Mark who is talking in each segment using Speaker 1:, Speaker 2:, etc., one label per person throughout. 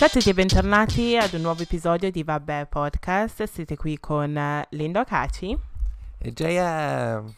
Speaker 1: Ciao a tutti e bentornati ad un nuovo episodio di Vabbè Podcast. Siete qui con Lindo Caci
Speaker 2: e JM.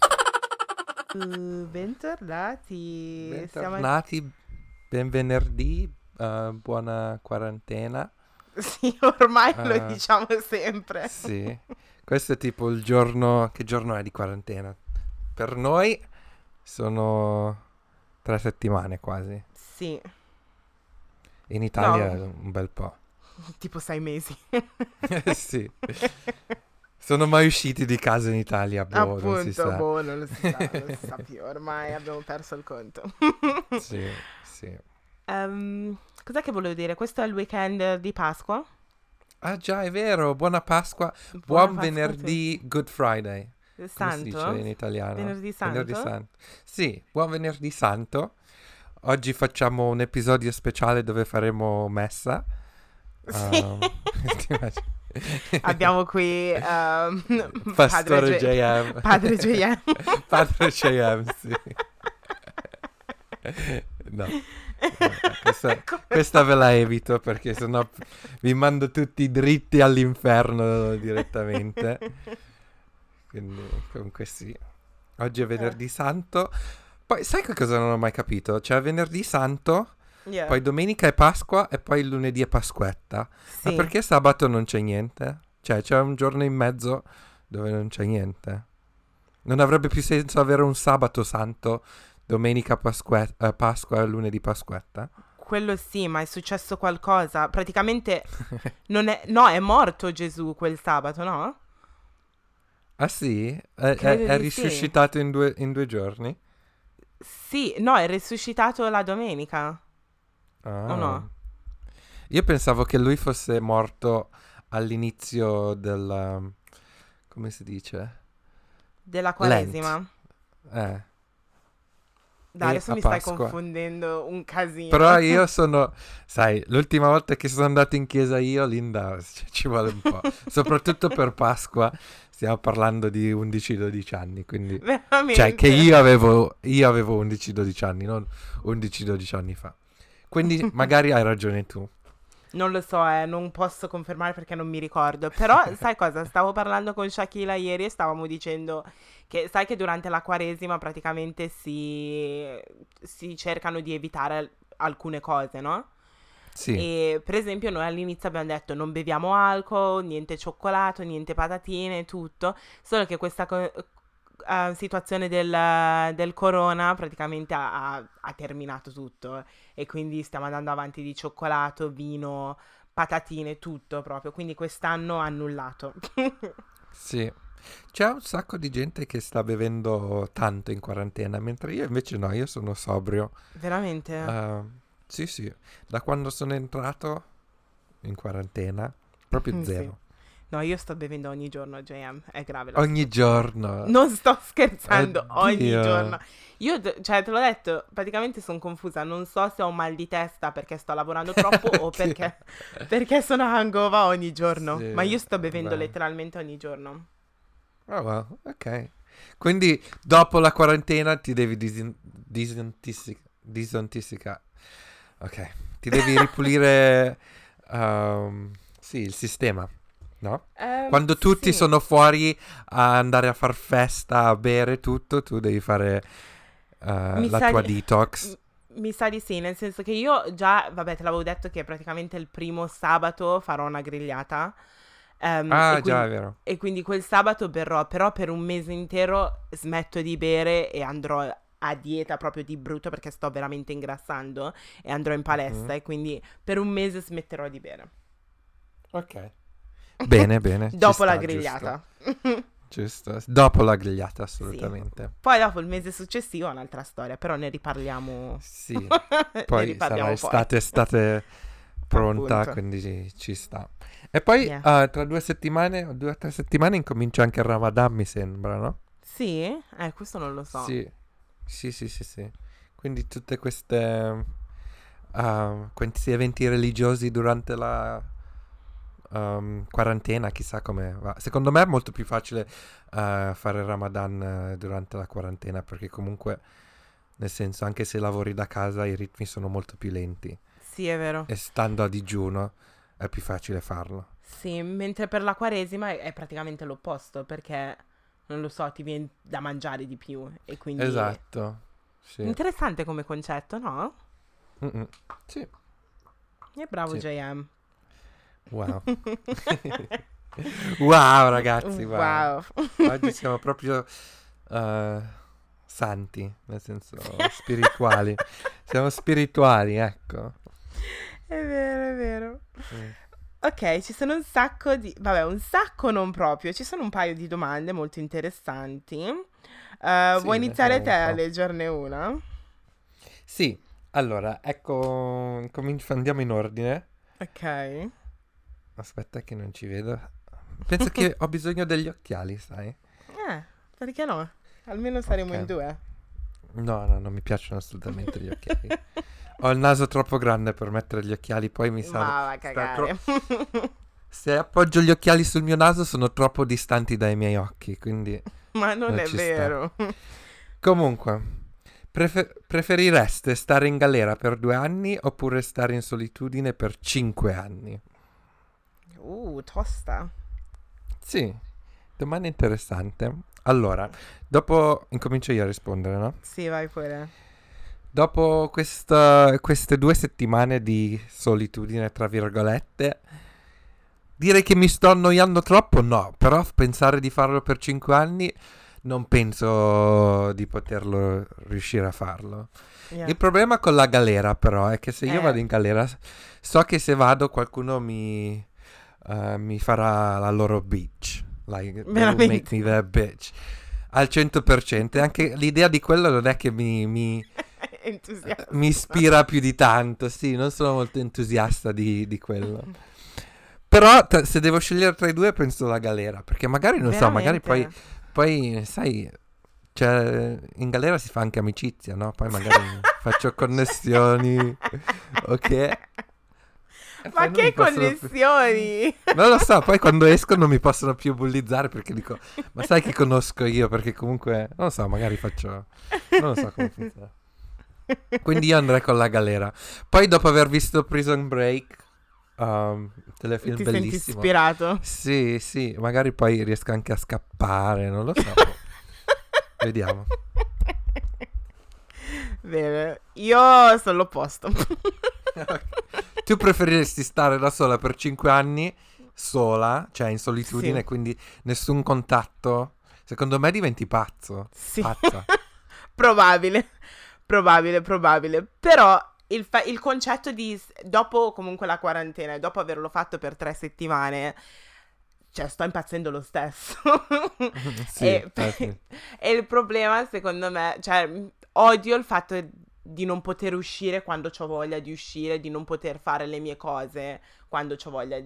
Speaker 1: Bentornati.
Speaker 2: Bentornati, ben venerdì, buona quarantena.
Speaker 1: Sì, ormai lo diciamo sempre.
Speaker 2: Sì, questo è tipo il giorno, che giorno è di quarantena? Per noi sono 3 settimane quasi.
Speaker 1: Sì.
Speaker 2: In Italia
Speaker 1: No,
Speaker 2: è un bel po'.
Speaker 1: tipo 6 mesi.
Speaker 2: Sì. Sono mai usciti di casa in Italia? Boh, non si
Speaker 1: Appunto,
Speaker 2: sa.
Speaker 1: boh, non si sa più. Ormai abbiamo perso il conto.
Speaker 2: Sì, sì.
Speaker 1: Cos'è che volevo dire? Questo è il weekend di Pasqua?
Speaker 2: Ah già, è vero, buona Pasqua,
Speaker 1: Buona
Speaker 2: buon
Speaker 1: Pasqua a tutti.
Speaker 2: venerdì, Good Friday. Come si dice
Speaker 1: Santo?
Speaker 2: in italiano?
Speaker 1: Venerdì
Speaker 2: Venerdì
Speaker 1: Santo?
Speaker 2: Santo. Sì, buon venerdì santo. Oggi facciamo un episodio speciale dove faremo messa.
Speaker 1: Sì.
Speaker 2: Ti immagini?
Speaker 1: Abbiamo qui
Speaker 2: Pastore JM.
Speaker 1: Padre JM.
Speaker 2: Padre JM, sì. No, questa ve la evito perché sennò vi mando tutti dritti all'inferno direttamente. Quindi comunque sì. Oggi è venerdì santo. Poi sai che cosa non ho mai capito? C'è venerdì santo,
Speaker 1: Yeah.
Speaker 2: poi domenica è Pasqua e poi il lunedì è Pasquetta. Ma
Speaker 1: Sì.
Speaker 2: perché sabato non c'è niente? Cioè c'è un giorno in mezzo dove non c'è niente. Non avrebbe più senso avere un sabato santo, domenica Pasqua e lunedì Pasquetta?
Speaker 1: Quello sì, ma è successo qualcosa. Praticamente non è... No, è morto Gesù quel sabato, no?
Speaker 2: Ah sì?
Speaker 1: Credo
Speaker 2: È
Speaker 1: di sì.
Speaker 2: risuscitato in due giorni?
Speaker 1: Sì, no, è risuscitato la domenica. O
Speaker 2: Ah.
Speaker 1: no?
Speaker 2: Io pensavo che lui fosse morto all'inizio del... come si dice?
Speaker 1: Della
Speaker 2: Lent.
Speaker 1: Quaresima.
Speaker 2: E
Speaker 1: Adesso
Speaker 2: a
Speaker 1: mi stai
Speaker 2: Pasqua.
Speaker 1: confondendo un casino.
Speaker 2: Però io sono... Sai, l'ultima volta che sono andato in chiesa io, Linda, ci vuole un po'. Soprattutto per Pasqua. Stiamo parlando di 11-12 anni, quindi...
Speaker 1: Veramente.
Speaker 2: Cioè, che io avevo 11-12 anni, non 11-12 anni fa. Quindi magari hai ragione tu.
Speaker 1: Non lo so, non posso confermare perché non mi ricordo. Però sai cosa? Stavo parlando con Shakila ieri e stavamo dicendo che sai che durante la Quaresima praticamente si cercano di evitare alcune cose, no?
Speaker 2: Sì,
Speaker 1: E per esempio noi all'inizio abbiamo detto non beviamo alcol, niente cioccolato, niente patatine, tutto. Solo che questa situazione del corona praticamente ha terminato tutto. E quindi stiamo andando avanti di cioccolato, vino, patatine, tutto proprio. Quindi quest'anno annullato.
Speaker 2: sì. C'è un sacco di gente che sta bevendo tanto in quarantena, mentre io invece no, io sono sobrio.
Speaker 1: Veramente?
Speaker 2: Sì, sì. Da quando sono entrato in quarantena, proprio
Speaker 1: Sì.
Speaker 2: zero.
Speaker 1: No, io sto bevendo ogni giorno, JM. È grave la
Speaker 2: Ogni
Speaker 1: situazione.
Speaker 2: giorno.
Speaker 1: Non sto scherzando, ogni
Speaker 2: Oddio.
Speaker 1: giorno. Io, cioè, te l'ho detto, praticamente sono confusa. Non so se ho un mal di testa perché sto lavorando troppo o
Speaker 2: Anch'io.
Speaker 1: perché sono hangover ogni giorno.
Speaker 2: Sì,
Speaker 1: Ma io sto bevendo
Speaker 2: vabbè.
Speaker 1: letteralmente ogni giorno.
Speaker 2: Oh, wow, ok. Quindi dopo la quarantena ti devi disintossicare. Ok, ti devi ripulire, sì, il sistema, no? Quando tutti
Speaker 1: Sì.
Speaker 2: sono fuori a andare a far festa, a bere tutto, tu devi fare
Speaker 1: Mi
Speaker 2: la
Speaker 1: sa
Speaker 2: tua
Speaker 1: di...
Speaker 2: detox.
Speaker 1: Mi sa di sì, nel senso che io già, vabbè, te l'avevo detto che praticamente il primo sabato farò una grigliata.
Speaker 2: Ah, già, è vero.
Speaker 1: E quindi quel sabato berrò, però per un mese intero smetto di bere e andrò a dieta proprio di brutto perché sto veramente ingrassando e andrò in
Speaker 2: Mhm.
Speaker 1: palestra e quindi per un mese smetterò di bere.
Speaker 2: Ok. Bene, bene, ci
Speaker 1: Dopo la
Speaker 2: sta, giusto.
Speaker 1: grigliata.
Speaker 2: Giusto. Dopo la grigliata,
Speaker 1: Sì.
Speaker 2: assolutamente.
Speaker 1: Poi dopo il mese successivo è un'altra storia, però ne riparliamo.
Speaker 2: Sì.
Speaker 1: Ne
Speaker 2: Poi sarà
Speaker 1: riparliamo poi.
Speaker 2: estate pronta,
Speaker 1: Appunto.
Speaker 2: quindi ci sta. E poi
Speaker 1: Yeah.
Speaker 2: tra 2 settimane o 2 o 3 settimane incomincia anche il Ramadan, mi sembra, no?
Speaker 1: Sì? Questo non lo so.
Speaker 2: Sì, sì, sì, sì, sì. Quindi tutte queste questi eventi religiosi durante la quarantena, chissà come va. Secondo me è molto più facile fare il Ramadan durante la quarantena, perché comunque, nel senso, anche se lavori da casa, i ritmi sono molto più lenti.
Speaker 1: Sì, è vero.
Speaker 2: e stando a digiuno è più facile farlo.
Speaker 1: Sì, mentre per la Quaresima è praticamente l'opposto, perché, non lo so, ti viene da mangiare di più e quindi...
Speaker 2: Esatto, sì.
Speaker 1: Interessante come concetto, no?
Speaker 2: Mm-mm. Sì,
Speaker 1: E bravo
Speaker 2: sì.
Speaker 1: JM.
Speaker 2: Wow. Wow, ragazzi, wow.
Speaker 1: Wow.
Speaker 2: Oggi siamo proprio santi, nel senso spirituali. Siamo spirituali, ecco.
Speaker 1: È vero, è vero.
Speaker 2: Mm.
Speaker 1: Ok, ci sono un sacco di... Vabbè, un sacco non proprio. Ci sono un paio di domande molto interessanti. Vuoi
Speaker 2: Sì,
Speaker 1: iniziare
Speaker 2: vediamo
Speaker 1: te
Speaker 2: un
Speaker 1: a
Speaker 2: po'.
Speaker 1: leggerne una?
Speaker 2: Sì, allora, ecco, andiamo in ordine.
Speaker 1: Ok.
Speaker 2: Aspetta che non ci vedo. Penso che ho bisogno degli occhiali, sai?
Speaker 1: Perché no? Almeno saremo in
Speaker 2: Ok.
Speaker 1: due.
Speaker 2: No, no, non mi piacciono assolutamente gli occhiali. Ho il naso troppo grande per mettere gli occhiali, poi mi sa...
Speaker 1: Ma va a cagare.
Speaker 2: Se appoggio gli occhiali sul mio naso sono troppo distanti dai miei occhi, quindi
Speaker 1: Ma non
Speaker 2: non
Speaker 1: è
Speaker 2: ci sta.
Speaker 1: vero.
Speaker 2: Comunque, preferireste stare in galera per 2 anni oppure stare in solitudine per 5 anni?
Speaker 1: Tosta.
Speaker 2: Sì, domanda interessante. Allora, dopo incomincio io a rispondere, no?
Speaker 1: Sì, vai pure.
Speaker 2: Dopo queste 2 settimane di solitudine, tra virgolette, dire che mi sto annoiando troppo, no, però pensare di farlo per 5 anni non penso di poterlo riuscire a farlo.
Speaker 1: Yeah.
Speaker 2: Il problema con la galera, però, è che se io vado
Speaker 1: Eh,
Speaker 2: in galera, so che se vado qualcuno mi farà la loro bitch. Like, they will make
Speaker 1: veramente.
Speaker 2: me their bitch. Al 100%. E anche l'idea di quello non è che mi
Speaker 1: Entusiasta.
Speaker 2: ispira più di tanto. Sì, non sono molto entusiasta di quello. Però se devo scegliere tra i due penso la galera. Perché magari, non so, magari
Speaker 1: Veramente.
Speaker 2: poi sai, cioè, in galera si fa anche amicizia, no? Poi magari faccio connessioni. Ok? E poi
Speaker 1: Ma
Speaker 2: non mi
Speaker 1: che
Speaker 2: possono più...
Speaker 1: connessioni!
Speaker 2: Non lo so, poi quando esco non mi possono più bullizzare perché dico, ma sai che conosco io? Perché comunque, non lo so, magari faccio... Non lo so come funziona. Quindi io andrei con la galera. Poi dopo aver visto Prison Break, telefilm
Speaker 1: Ti senti
Speaker 2: bellissimo.
Speaker 1: ispirato?
Speaker 2: Sì, sì, magari poi riesco anche a scappare, non lo so. Boh. Vediamo.
Speaker 1: Bene, io sono l'opposto.
Speaker 2: Tu preferiresti stare da sola per 5 anni, sola, cioè in solitudine,
Speaker 1: Sì,
Speaker 2: quindi nessun contatto? Secondo me diventi pazzo.
Speaker 1: sì.
Speaker 2: Pazza.
Speaker 1: Probabile, probabile. Però il concetto di... Dopo comunque la quarantena e dopo averlo fatto per 3 settimane, cioè sto impazzendo lo stesso.
Speaker 2: Sì,
Speaker 1: e,
Speaker 2: sì.
Speaker 1: e il problema secondo me, cioè odio il fatto di non poter uscire quando ho voglia di uscire, di non poter fare le mie cose quando ho voglia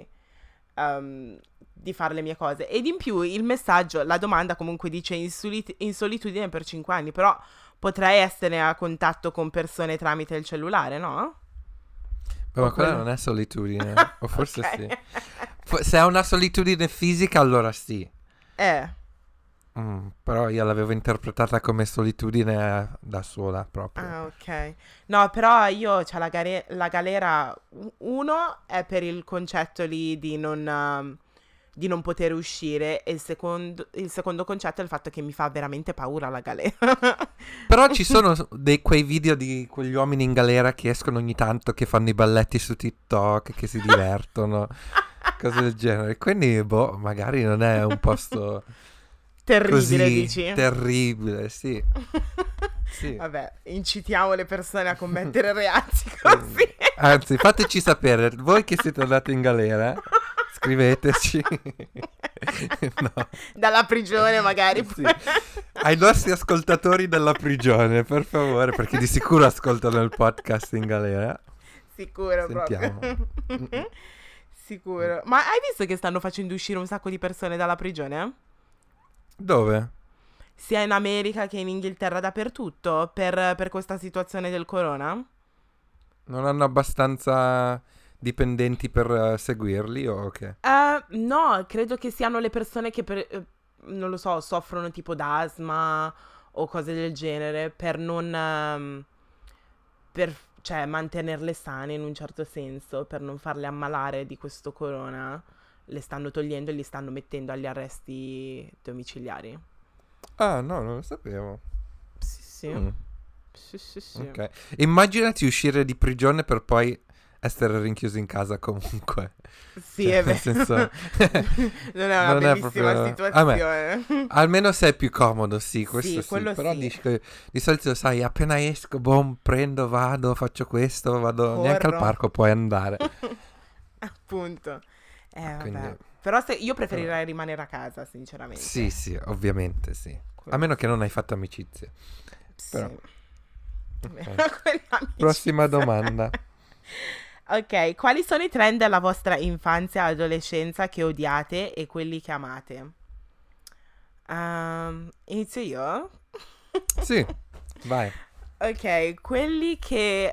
Speaker 1: di fare le mie cose. Ed in più il messaggio, la domanda comunque dice in solitudine per 5 anni, però potrei essere a contatto con persone tramite il cellulare, no?
Speaker 2: Beh,
Speaker 1: O
Speaker 2: ma quella
Speaker 1: quello...
Speaker 2: non è solitudine, o forse
Speaker 1: Ok.
Speaker 2: sì. Se è una solitudine fisica, allora sì.
Speaker 1: Eh,
Speaker 2: Però io l'avevo interpretata come solitudine da sola proprio.
Speaker 1: ok. No, però io, cioè, la galera, uno è per il concetto lì di non poter uscire e il secondo concetto è il fatto che mi fa veramente paura la galera.
Speaker 2: Però ci sono quei video di quegli uomini in galera che escono ogni tanto, che fanno i balletti su TikTok, che si divertono, cose del genere. Quindi, boh, magari non è un posto
Speaker 1: Terribile,
Speaker 2: così
Speaker 1: dici?
Speaker 2: terribile, sì. Sì.
Speaker 1: Vabbè, incitiamo le persone a commettere reati così.
Speaker 2: Anzi, fateci sapere, voi che siete andati in galera, scriveteci. No.
Speaker 1: Dalla prigione magari.
Speaker 2: Sì. Ai nostri ascoltatori della prigione, per favore, perché di sicuro ascoltano il podcast in galera.
Speaker 1: Sicuro
Speaker 2: Sentiamo.
Speaker 1: proprio. Sicuro. Ma hai visto che stanno facendo uscire un sacco di persone dalla prigione?
Speaker 2: Dove?
Speaker 1: Sia in America che in Inghilterra, dappertutto, per questa situazione del corona?
Speaker 2: Non hanno abbastanza dipendenti per seguirli o che?
Speaker 1: No, credo che siano le persone che non lo so, soffrono tipo d'asma o cose del genere per non... cioè mantenerle sane in un certo senso, per non farle ammalare di questo corona, le stanno togliendo e li stanno mettendo agli arresti domiciliari.
Speaker 2: Ah, no, non lo sapevo.
Speaker 1: Sì, sì.
Speaker 2: Mm,
Speaker 1: Sì, sì, sì.
Speaker 2: ok. Immaginati uscire di prigione per poi essere rinchiuso in casa comunque.
Speaker 1: Sì,
Speaker 2: Cioè,
Speaker 1: è
Speaker 2: nel
Speaker 1: vero.
Speaker 2: senso,
Speaker 1: Non è una
Speaker 2: non è
Speaker 1: bellissima
Speaker 2: proprio...
Speaker 1: situazione.
Speaker 2: Almeno sei più comodo, sì, questo
Speaker 1: Sì,
Speaker 2: sì.
Speaker 1: quello
Speaker 2: Però
Speaker 1: sì.
Speaker 2: di solito, sai, appena esco, boh, prendo, vado, faccio questo, vado... Neanche al
Speaker 1: Corro.
Speaker 2: parco puoi andare.
Speaker 1: Appunto.
Speaker 2: Quindi,
Speaker 1: Vabbè. Però io
Speaker 2: però...
Speaker 1: preferirei rimanere a casa,
Speaker 2: Sì,
Speaker 1: sinceramente.
Speaker 2: sì, ovviamente sì. A
Speaker 1: Quello
Speaker 2: meno che
Speaker 1: sì.
Speaker 2: non hai fatto amicizie.
Speaker 1: Sì.
Speaker 2: Però,
Speaker 1: Meno
Speaker 2: ok. Prossima
Speaker 1: quell'amicizia.
Speaker 2: domanda.
Speaker 1: Ok, quali sono i trend della vostra infanzia e adolescenza che odiate e quelli che amate? Inizio io?
Speaker 2: Sì, vai.
Speaker 1: Ok, quelli che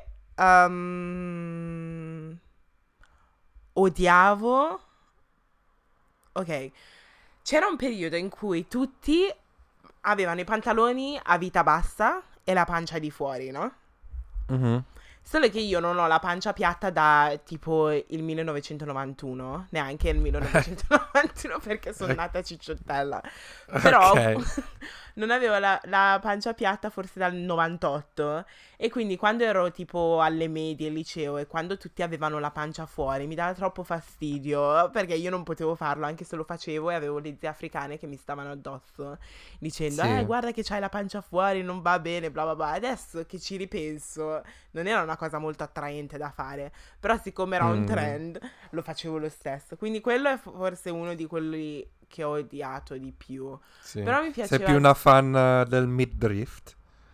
Speaker 1: odiavo. Ok, c'era un periodo in cui tutti avevano i pantaloni a vita bassa e la pancia di fuori, no?
Speaker 2: Mhm.
Speaker 1: Solo che io non ho la pancia piatta da tipo il 1991, neanche il 1991 perché sono
Speaker 2: Eh,
Speaker 1: nata cicciottella. Però
Speaker 2: Ok.
Speaker 1: non avevo la pancia piatta forse dal 98 e quindi quando ero tipo alle medie, al liceo e quando tutti avevano la pancia fuori mi dava troppo fastidio perché io non potevo farlo anche se lo facevo e avevo le zie africane che mi stavano addosso dicendo
Speaker 2: Sì.
Speaker 1: guarda che c'hai la pancia fuori, non va bene, bla bla bla. Adesso che ci ripenso non era una cosa molto attraente da fare, però siccome era un
Speaker 2: Mm,
Speaker 1: trend lo facevo lo stesso, quindi quello è forse uno di quelli che ho odiato di più,
Speaker 2: sì.
Speaker 1: però mi
Speaker 2: Sei più
Speaker 1: piaceva.
Speaker 2: una fan del mid-drift?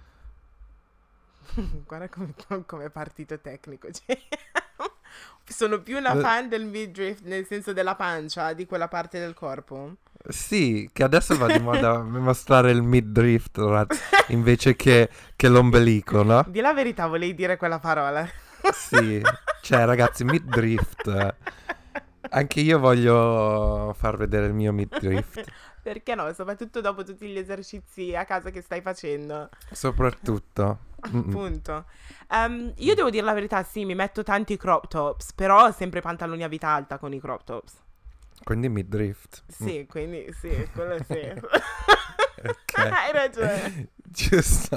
Speaker 1: Guarda come partito tecnico, cioè, sono più una
Speaker 2: Eh,
Speaker 1: fan del midriff nel senso della pancia, di quella parte del corpo.
Speaker 2: Sì, che adesso va di moda mostrare il mid-drift invece che l'ombelico, no?
Speaker 1: Di la verità, volevi dire quella parola.
Speaker 2: Sì, cioè ragazzi, mid-drift. Anche io voglio far vedere il mio mid-drift.
Speaker 1: Perché no? Soprattutto dopo tutti gli esercizi a casa che stai facendo.
Speaker 2: Soprattutto. Mm-mm.
Speaker 1: Appunto. Io devo dire la verità, sì, mi metto tanti crop tops, però ho sempre pantaloni a vita alta con i crop tops.
Speaker 2: Quindi mid-drift. Mm.
Speaker 1: Sì, quindi sì, quello sì.
Speaker 2: Ok.
Speaker 1: Hai ragione.
Speaker 2: Giusto.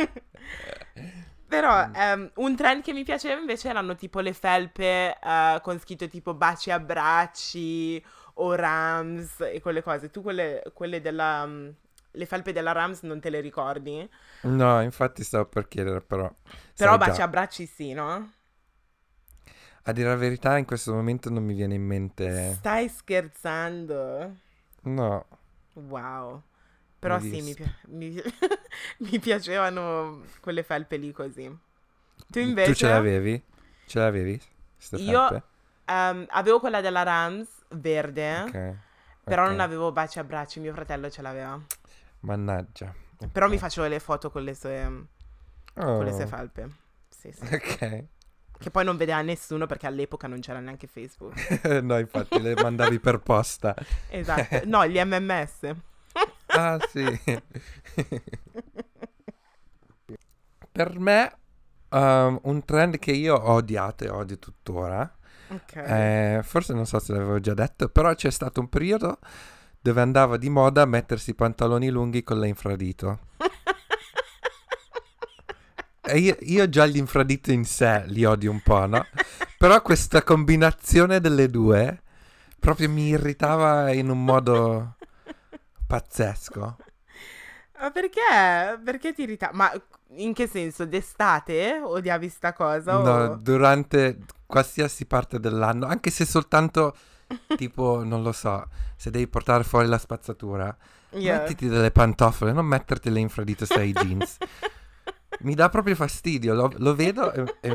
Speaker 1: Però
Speaker 2: Mm.
Speaker 1: un trend che mi piaceva invece erano tipo le felpe con scritto tipo baci e abbracci o Rams e quelle cose. Tu quelle della... le felpe della Rams non te le ricordi?
Speaker 2: No, infatti stavo per chiedere, però
Speaker 1: Però
Speaker 2: so
Speaker 1: baci e
Speaker 2: già.
Speaker 1: abbracci sì, no?
Speaker 2: A dire la verità, in questo momento non mi viene in mente.
Speaker 1: Stai scherzando?
Speaker 2: No,
Speaker 1: Wow.
Speaker 2: mi
Speaker 1: Però sì,
Speaker 2: dispi.
Speaker 1: mi piacevano quelle felpe lì così. Tu
Speaker 2: Tu ce
Speaker 1: invece?
Speaker 2: l'avevi? Ce l'avevi? Queste
Speaker 1: Io
Speaker 2: felpe?
Speaker 1: avevo quella della Rams verde,
Speaker 2: Ok,
Speaker 1: però non
Speaker 2: ok.
Speaker 1: avevo baci e abbracci, mio fratello ce l'aveva.
Speaker 2: Mannaggia.
Speaker 1: Però mi
Speaker 2: Ok.
Speaker 1: facevo le foto con le sue
Speaker 2: Oh,
Speaker 1: felpe. Sì, sì.
Speaker 2: ok.
Speaker 1: Che poi non vedeva nessuno perché all'epoca non c'era neanche Facebook.
Speaker 2: No, infatti le mandavi per posta.
Speaker 1: Esatto. No, gli MMS.
Speaker 2: Ah, sì. Per me, un trend che io ho odiato e odio tuttora,
Speaker 1: Ok.
Speaker 2: forse non so se l'avevo già detto, però c'è stato un periodo dove andava di moda mettersi i pantaloni lunghi con l'infradito. E io già gli infradito in sé li odio un po', no? Però questa combinazione delle due proprio mi irritava in un modo pazzesco.
Speaker 1: Ma perché? Perché ti irrita? Ma in che senso? D'estate odiavi sta cosa
Speaker 2: No,
Speaker 1: o...
Speaker 2: durante qualsiasi parte dell'anno, anche se soltanto tipo, non lo so, se devi portare fuori la spazzatura,
Speaker 1: Yeah.
Speaker 2: mettiti delle pantofole, non mettertele infradito stai jeans. Mi dà proprio fastidio, lo vedo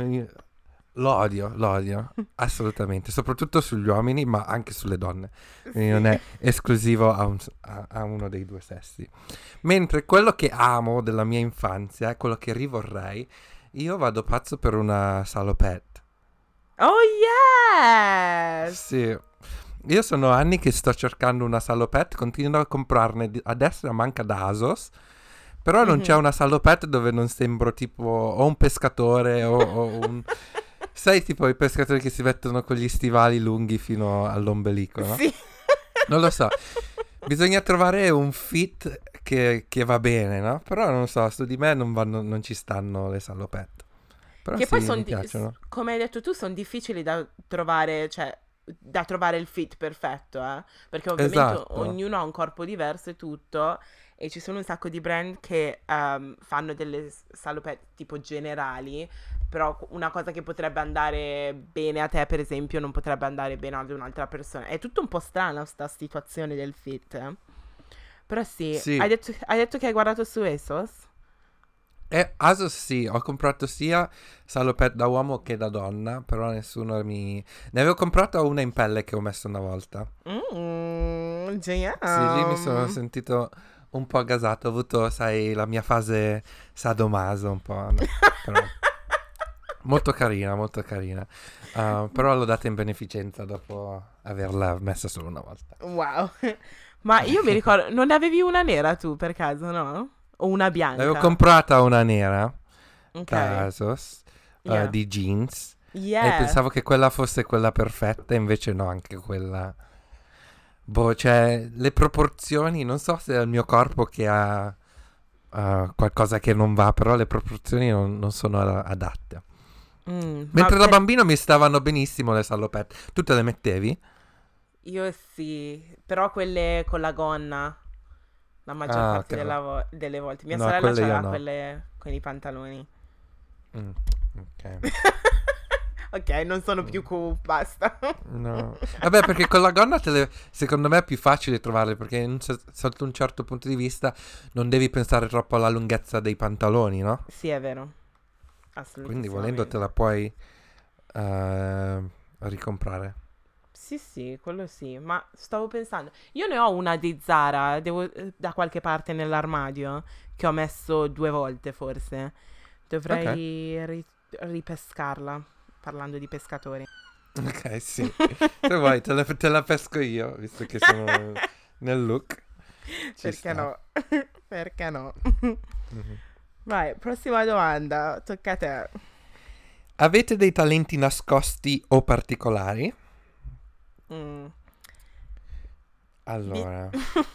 Speaker 2: lo odio, assolutamente, soprattutto sugli uomini, ma anche sulle donne. Quindi non
Speaker 1: Sì.
Speaker 2: è esclusivo a uno dei due sessi. Mentre quello che amo della mia infanzia, quello che rivorrei, io vado pazzo per una salopette.
Speaker 1: Oh yes!
Speaker 2: Sì, io sono anni che sto cercando una salopette, continuo a comprarne a destra manca da ASOS, però non c'è
Speaker 1: Mhm.
Speaker 2: una salopette dove non sembro tipo o un pescatore o Sai tipo i pescatori che si mettono con gli stivali lunghi fino all'ombelico, no?
Speaker 1: Sì.
Speaker 2: Non lo so. Bisogna trovare un fit che va bene, no? Però non so, su di me non ci stanno le salopette. Però
Speaker 1: Che
Speaker 2: sì,
Speaker 1: poi
Speaker 2: mi piacciono.
Speaker 1: come hai detto tu, sono difficili da trovare, cioè da trovare il fit perfetto, perché ovviamente
Speaker 2: Esatto.
Speaker 1: ognuno ha un corpo diverso e tutto, e ci sono un sacco di brand che fanno delle salopette tipo generali, però una cosa che potrebbe andare bene a te, per esempio, non potrebbe andare bene ad un'altra persona. È tutto un po' strana sta situazione del fit, eh. Però sì,
Speaker 2: Sì.
Speaker 1: hai detto che hai guardato su ASOS?
Speaker 2: E Asos sì, ho comprato sia salopette da uomo che da donna, però nessuno mi... Ne avevo comprata una in pelle che ho messo una volta. Sì, lì mi sono
Speaker 1: Jam.
Speaker 2: sentito un po' gasato, ho avuto, sai, la mia fase sadomaso un po', no? Però molto carina, molto carina. Però l'ho data in beneficenza dopo averla messa solo una volta.
Speaker 1: Wow. Ma io mi ricordo, non ne avevi una nera tu per caso, no? O una
Speaker 2: L'avevo
Speaker 1: bianca?
Speaker 2: comprata una nera da
Speaker 1: Ok.
Speaker 2: Asos,
Speaker 1: Yeah.
Speaker 2: di jeans, e
Speaker 1: Yeah.
Speaker 2: pensavo che quella fosse quella perfetta, invece no, anche quella... Boh, cioè, le proporzioni, non so se è il mio corpo che ha qualcosa che non va, però le proporzioni non sono adatte.
Speaker 1: Ma
Speaker 2: Mentre da bambino mi stavano benissimo le salopette. Tu te le mettevi?
Speaker 1: io sì, però quelle con la gonna, la maggior
Speaker 2: Ah,
Speaker 1: parte
Speaker 2: ok.
Speaker 1: delle volte. Mia
Speaker 2: No,
Speaker 1: sorella
Speaker 2: quelle io
Speaker 1: aveva
Speaker 2: no.
Speaker 1: quelle con i pantaloni.
Speaker 2: Mm, ok.
Speaker 1: Ok, non sono più
Speaker 2: Mm,
Speaker 1: cool, basta.
Speaker 2: no. Vabbè, perché con la gonna secondo me è più facile trovarle, perché sotto un certo punto di vista non devi pensare troppo alla lunghezza dei pantaloni, no?
Speaker 1: Sì, è vero,
Speaker 2: Quindi volendo te
Speaker 1: assolutissimamente.
Speaker 2: la puoi ricomprare.
Speaker 1: Sì, sì, quello sì, ma stavo pensando, io ne ho una di Zara, da qualche parte nell'armadio, che ho messo 2 volte forse.
Speaker 2: Ok,
Speaker 1: Dovrei ripescarla, parlando di pescatori.
Speaker 2: ok, sì. Se vuoi te la pesco io, visto che sono nel look. Ci
Speaker 1: Perché
Speaker 2: sta.
Speaker 1: no? Perché no?
Speaker 2: Mhm.
Speaker 1: Vai, prossima domanda, tocca a te.
Speaker 2: Avete dei talenti nascosti o particolari?
Speaker 1: Mm. Di-
Speaker 2: Allora,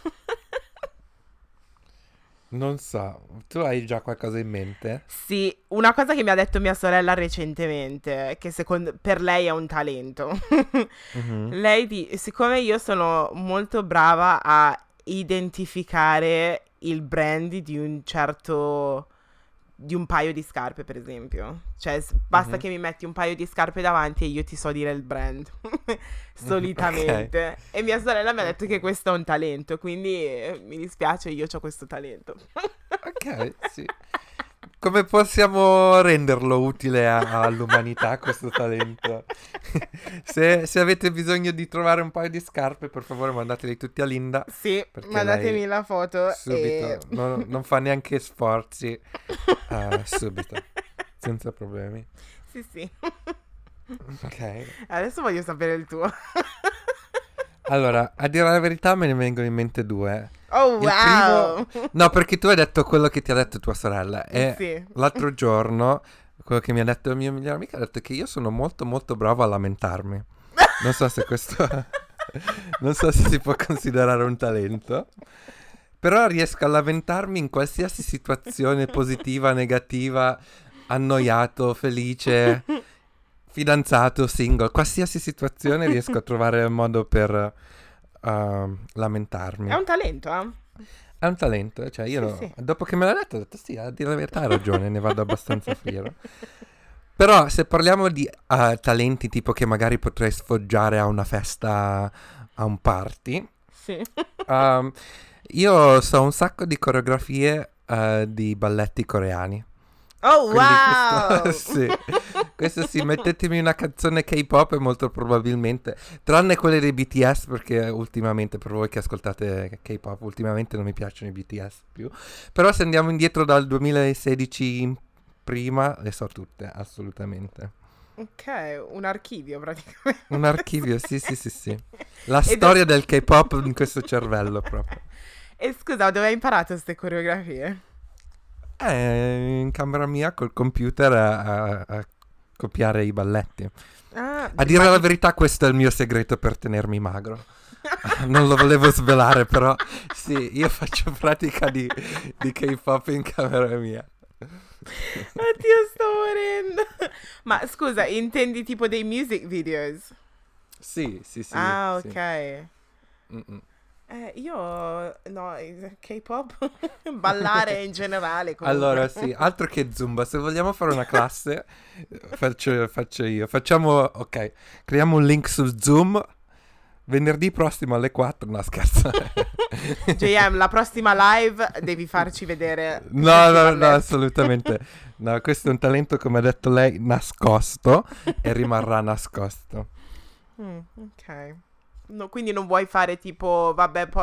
Speaker 2: non so, tu hai già qualcosa in mente?
Speaker 1: Sì, una cosa che mi ha detto mia sorella recentemente, che secondo per lei è un talento.
Speaker 2: Mhm.
Speaker 1: Siccome io sono molto brava a identificare il brand di un paio di scarpe, per esempio. Cioè, basta
Speaker 2: Mhm.
Speaker 1: che mi metti un paio di scarpe davanti e io ti so dire il brand.
Speaker 2: Mhm. Ok.
Speaker 1: Solitamente. E mia sorella mi ha detto che questo è un talento, quindi mi dispiace, io ho questo talento.
Speaker 2: Ok, sì. Come possiamo renderlo utile all'umanità questo talento? Se avete bisogno di trovare un paio di scarpe, per favore mandateli tutti a Linda,
Speaker 1: Sì,
Speaker 2: perché lei
Speaker 1: mandatemi la foto e...
Speaker 2: subito non fa neanche sforzi, subito, senza problemi.
Speaker 1: Sì, sì.
Speaker 2: Ok.
Speaker 1: Adesso voglio sapere il tuo.
Speaker 2: Allora, a dire la verità me ne vengono in mente due.
Speaker 1: Oh,
Speaker 2: Il primo,
Speaker 1: wow!
Speaker 2: no, perché tu hai detto quello che ti ha detto tua sorella. E
Speaker 1: Sì.
Speaker 2: l'altro giorno, quello che mi ha detto il mio migliore amico, ha detto che io sono molto, molto bravo a lamentarmi. Non so se questo, non so se si può considerare un talento. Però riesco a lamentarmi in qualsiasi situazione positiva, negativa, annoiato, felice, fidanzato, single, qualsiasi situazione riesco a trovare il modo per
Speaker 1: È
Speaker 2: lamentarmi.
Speaker 1: un talento, eh?
Speaker 2: È un talento, cioè
Speaker 1: Sì, sì.
Speaker 2: dopo che me l'ha detto ho detto sì, a dire la verità hai ragione, ne vado abbastanza fiero. Però se parliamo di talenti tipo che magari potrei sfoggiare a una festa, a un party,
Speaker 1: Sì.
Speaker 2: um, io so un sacco di coreografie di balletti coreani.
Speaker 1: Oh,
Speaker 2: Quindi questo,
Speaker 1: wow!
Speaker 2: sì, questo sì, mettetemi una canzone K-pop e molto probabilmente, tranne quelle dei BTS, perché ultimamente, per voi che ascoltate K-pop, ultimamente non mi piacciono i BTS più, però se andiamo indietro dal 2016 in prima, le so tutte, assolutamente.
Speaker 1: Ok, un archivio praticamente.
Speaker 2: Un archivio, sì, sì, sì, sì. La
Speaker 1: E, do-
Speaker 2: storia del K-pop in questo cervello proprio.
Speaker 1: e scusa, dove hai imparato queste coreografie?
Speaker 2: In camera mia col computer a copiare i balletti.
Speaker 1: Ah,
Speaker 2: A dire la verità, questo è il mio segreto per tenermi magro. Non lo volevo svelare, però sì, io faccio pratica di K-pop in camera mia.
Speaker 1: Oddio, sto morendo. Ma scusa, intendi tipo dei music videos?
Speaker 2: Sì.
Speaker 1: Ah,
Speaker 2: sì.
Speaker 1: ok.
Speaker 2: Mm-mm.
Speaker 1: Io no, K-pop, ballare in generale
Speaker 2: Allora,
Speaker 1: comunque.
Speaker 2: sì, altro che Zumba. Se vogliamo fare una classe, faccio io. Ok, creiamo un link su Zoom. Venerdì prossimo alle 4. No, scherzo.
Speaker 1: JM, la prossima live devi farci vedere
Speaker 2: No,
Speaker 1: questi
Speaker 2: no, no,
Speaker 1: balletti.
Speaker 2: assolutamente. No, questo è un talento, come ha detto lei, nascosto e rimarrà nascosto.
Speaker 1: Ok. No, quindi non vuoi fare tipo,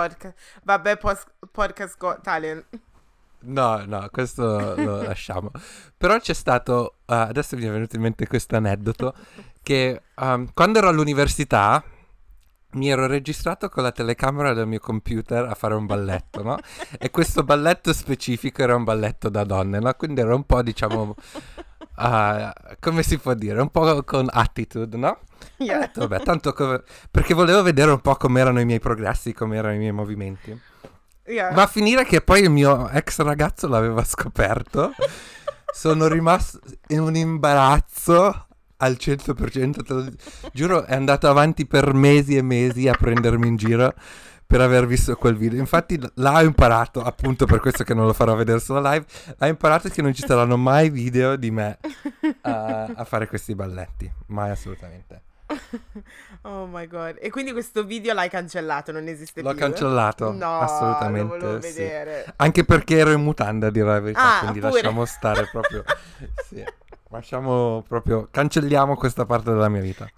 Speaker 1: podcast Got Talent.
Speaker 2: No, questo lo lasciamo. Però c'è stato, adesso mi è venuto in mente questo aneddoto, che quando ero all'università mi ero registrato con la telecamera del mio computer a fare un balletto, no? E questo balletto specifico era un balletto da donne, no? Quindi era un po', diciamo, come si può dire, un po' con attitude, no? Ho
Speaker 1: Yeah.
Speaker 2: detto, vabbè, tanto perché volevo vedere un po' com'erano i miei progressi, com'erano i miei movimenti.
Speaker 1: Yeah.
Speaker 2: Va a finire che poi il mio ex ragazzo l'aveva scoperto. Sono rimasto in un imbarazzo al 100%, te lo giuro, è andato avanti per mesi e mesi a prendermi in giro per aver visto quel video. Infatti l'ha imparato, appunto per questo che non lo farò vedere sulla live, ha imparato che non ci saranno mai video di me a fare questi balletti, mai assolutamente.
Speaker 1: Oh my god. E quindi questo video l'hai cancellato, non esiste
Speaker 2: L'ho
Speaker 1: più?
Speaker 2: cancellato,
Speaker 1: No, lo volevo
Speaker 2: assolutamente sì.
Speaker 1: vedere.
Speaker 2: Anche perché ero in mutanda, a dire la verità,
Speaker 1: Ah,
Speaker 2: quindi
Speaker 1: pure.
Speaker 2: lasciamo stare proprio. Sì, lasciamo proprio, cancelliamo questa parte della mia vita.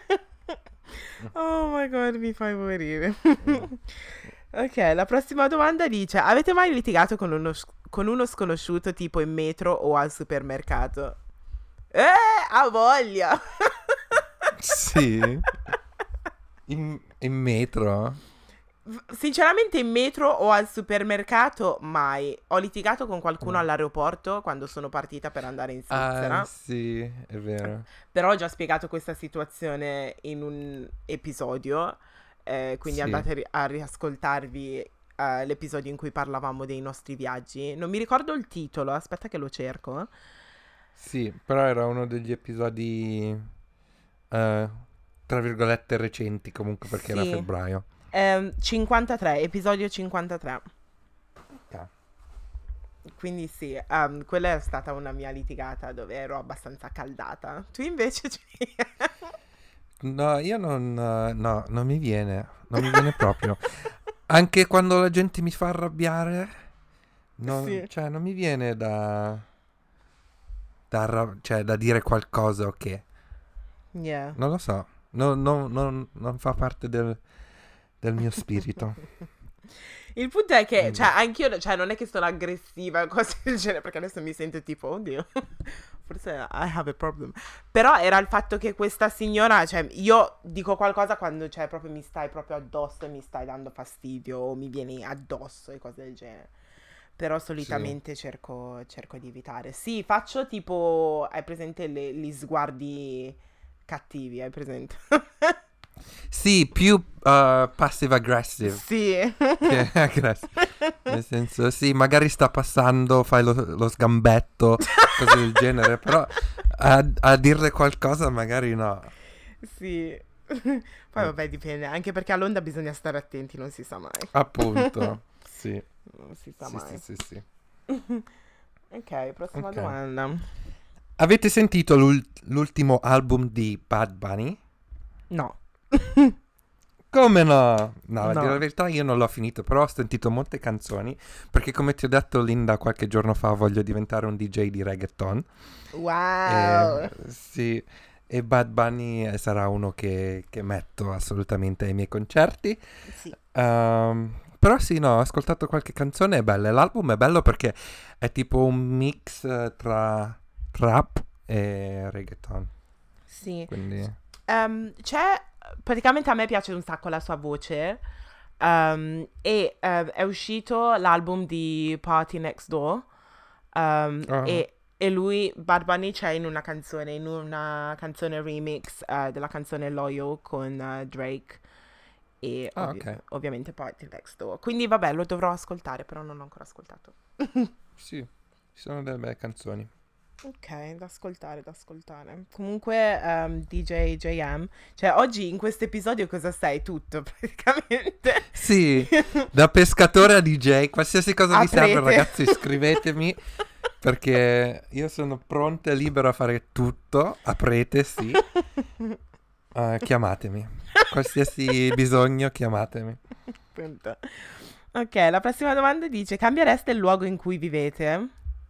Speaker 1: Oh my god, mi fai morire.
Speaker 2: Mm.
Speaker 1: Ok, la prossima domanda dice: avete mai litigato con uno sconosciuto tipo in metro o al supermercato? Ha voglia!
Speaker 2: Sì, in metro?
Speaker 1: Sinceramente in metro o al supermercato mai. Ho litigato con qualcuno
Speaker 2: Mm.
Speaker 1: all'aeroporto quando sono partita per andare in
Speaker 2: Ah,
Speaker 1: Svizzera.
Speaker 2: sì, è vero.
Speaker 1: Però ho già spiegato questa situazione in un episodio, quindi
Speaker 2: Sì,
Speaker 1: andate a riascoltarvi l'episodio in cui parlavamo dei nostri viaggi. Non mi ricordo il titolo, aspetta che lo cerco.
Speaker 2: sì, però era uno degli episodi, eh, tra virgolette, recenti comunque perché era
Speaker 1: Sì,
Speaker 2: febbraio.
Speaker 1: 53, episodio 53.
Speaker 2: Ok.
Speaker 1: Quindi sì, quella è stata una mia litigata dove ero abbastanza accaldata. Tu invece...
Speaker 2: No, io no, non mi viene, non mi viene proprio. Anche quando la gente mi fa arrabbiare,
Speaker 1: Sì,
Speaker 2: cioè, non mi viene cioè, da dire qualcosa o che.
Speaker 1: yeah.
Speaker 2: Non lo so, non fa parte del mio spirito.
Speaker 1: Il punto è che, cioè,
Speaker 2: Quindi,
Speaker 1: anch'io, cioè, non è che sono aggressiva o cose del genere, perché adesso mi sento tipo, oddio, forse I have a problem. Però era il fatto che questa signora, cioè, io dico qualcosa quando, cioè, proprio mi stai proprio addosso e mi stai dando fastidio o mi vieni addosso e cose del genere. Però
Speaker 2: sì.
Speaker 1: solitamente cerco di evitare. Sì, faccio tipo, hai presente gli sguardi cattivi, hai presente?
Speaker 2: Sì, più passive aggressive
Speaker 1: Sì.
Speaker 2: che aggressive. Nel senso, sì, magari sta passando, fai lo sgambetto, cose del genere, però a dirle qualcosa magari no.
Speaker 1: Sì. Poi
Speaker 2: Mm.
Speaker 1: vabbè, dipende, anche perché all'onda bisogna stare attenti, non si sa mai.
Speaker 2: Appunto, sì,
Speaker 1: Non si sa
Speaker 2: sì, sì,
Speaker 1: mai.
Speaker 2: sì, sì.
Speaker 1: Ok, prossima
Speaker 2: Ok.
Speaker 1: domanda.
Speaker 2: Avete sentito l'ultimo album di Bad Bunny?
Speaker 1: No.
Speaker 2: Come no? No, a dire la
Speaker 1: No.
Speaker 2: verità io non l'ho finito, però ho sentito molte canzoni, perché come ti ho detto Linda qualche giorno fa voglio diventare un DJ di reggaeton.
Speaker 1: Wow.
Speaker 2: Sì, e Bad Bunny sarà uno che metto assolutamente ai miei concerti.
Speaker 1: Sì.
Speaker 2: Però sì, no, ho ascoltato qualche canzone, è bella. L'album è bello perché è tipo un mix tra trap e reggaeton.
Speaker 1: Sì.
Speaker 2: Quindi
Speaker 1: C'è, praticamente a me piace un sacco la sua voce. È uscito l'album di Party Next Door.
Speaker 2: ah,
Speaker 1: E E lui, Bad Bunny, c'è in una canzone remix della canzone Loyal con Drake e
Speaker 2: Ah, ok.
Speaker 1: ovviamente Party Next Door. Quindi vabbè, lo dovrò ascoltare, però non l'ho ancora ascoltato.
Speaker 2: Sì, ci sono delle belle canzoni.
Speaker 1: Ok, da ascoltare, da ascoltare. Comunque, DJ JM, cioè oggi in questo episodio cosa sei? Tutto praticamente.
Speaker 2: Sì, da pescatore a DJ, qualsiasi cosa vi serve,
Speaker 1: Aprete.
Speaker 2: ragazzi, scrivetemi perché io sono pronto e libero a fare tutto. Aprete, sì. Chiamatemi. Qualsiasi bisogno, chiamatemi.
Speaker 1: Appunto. Ok, la prossima domanda dice: cambiereste il luogo in cui vivete?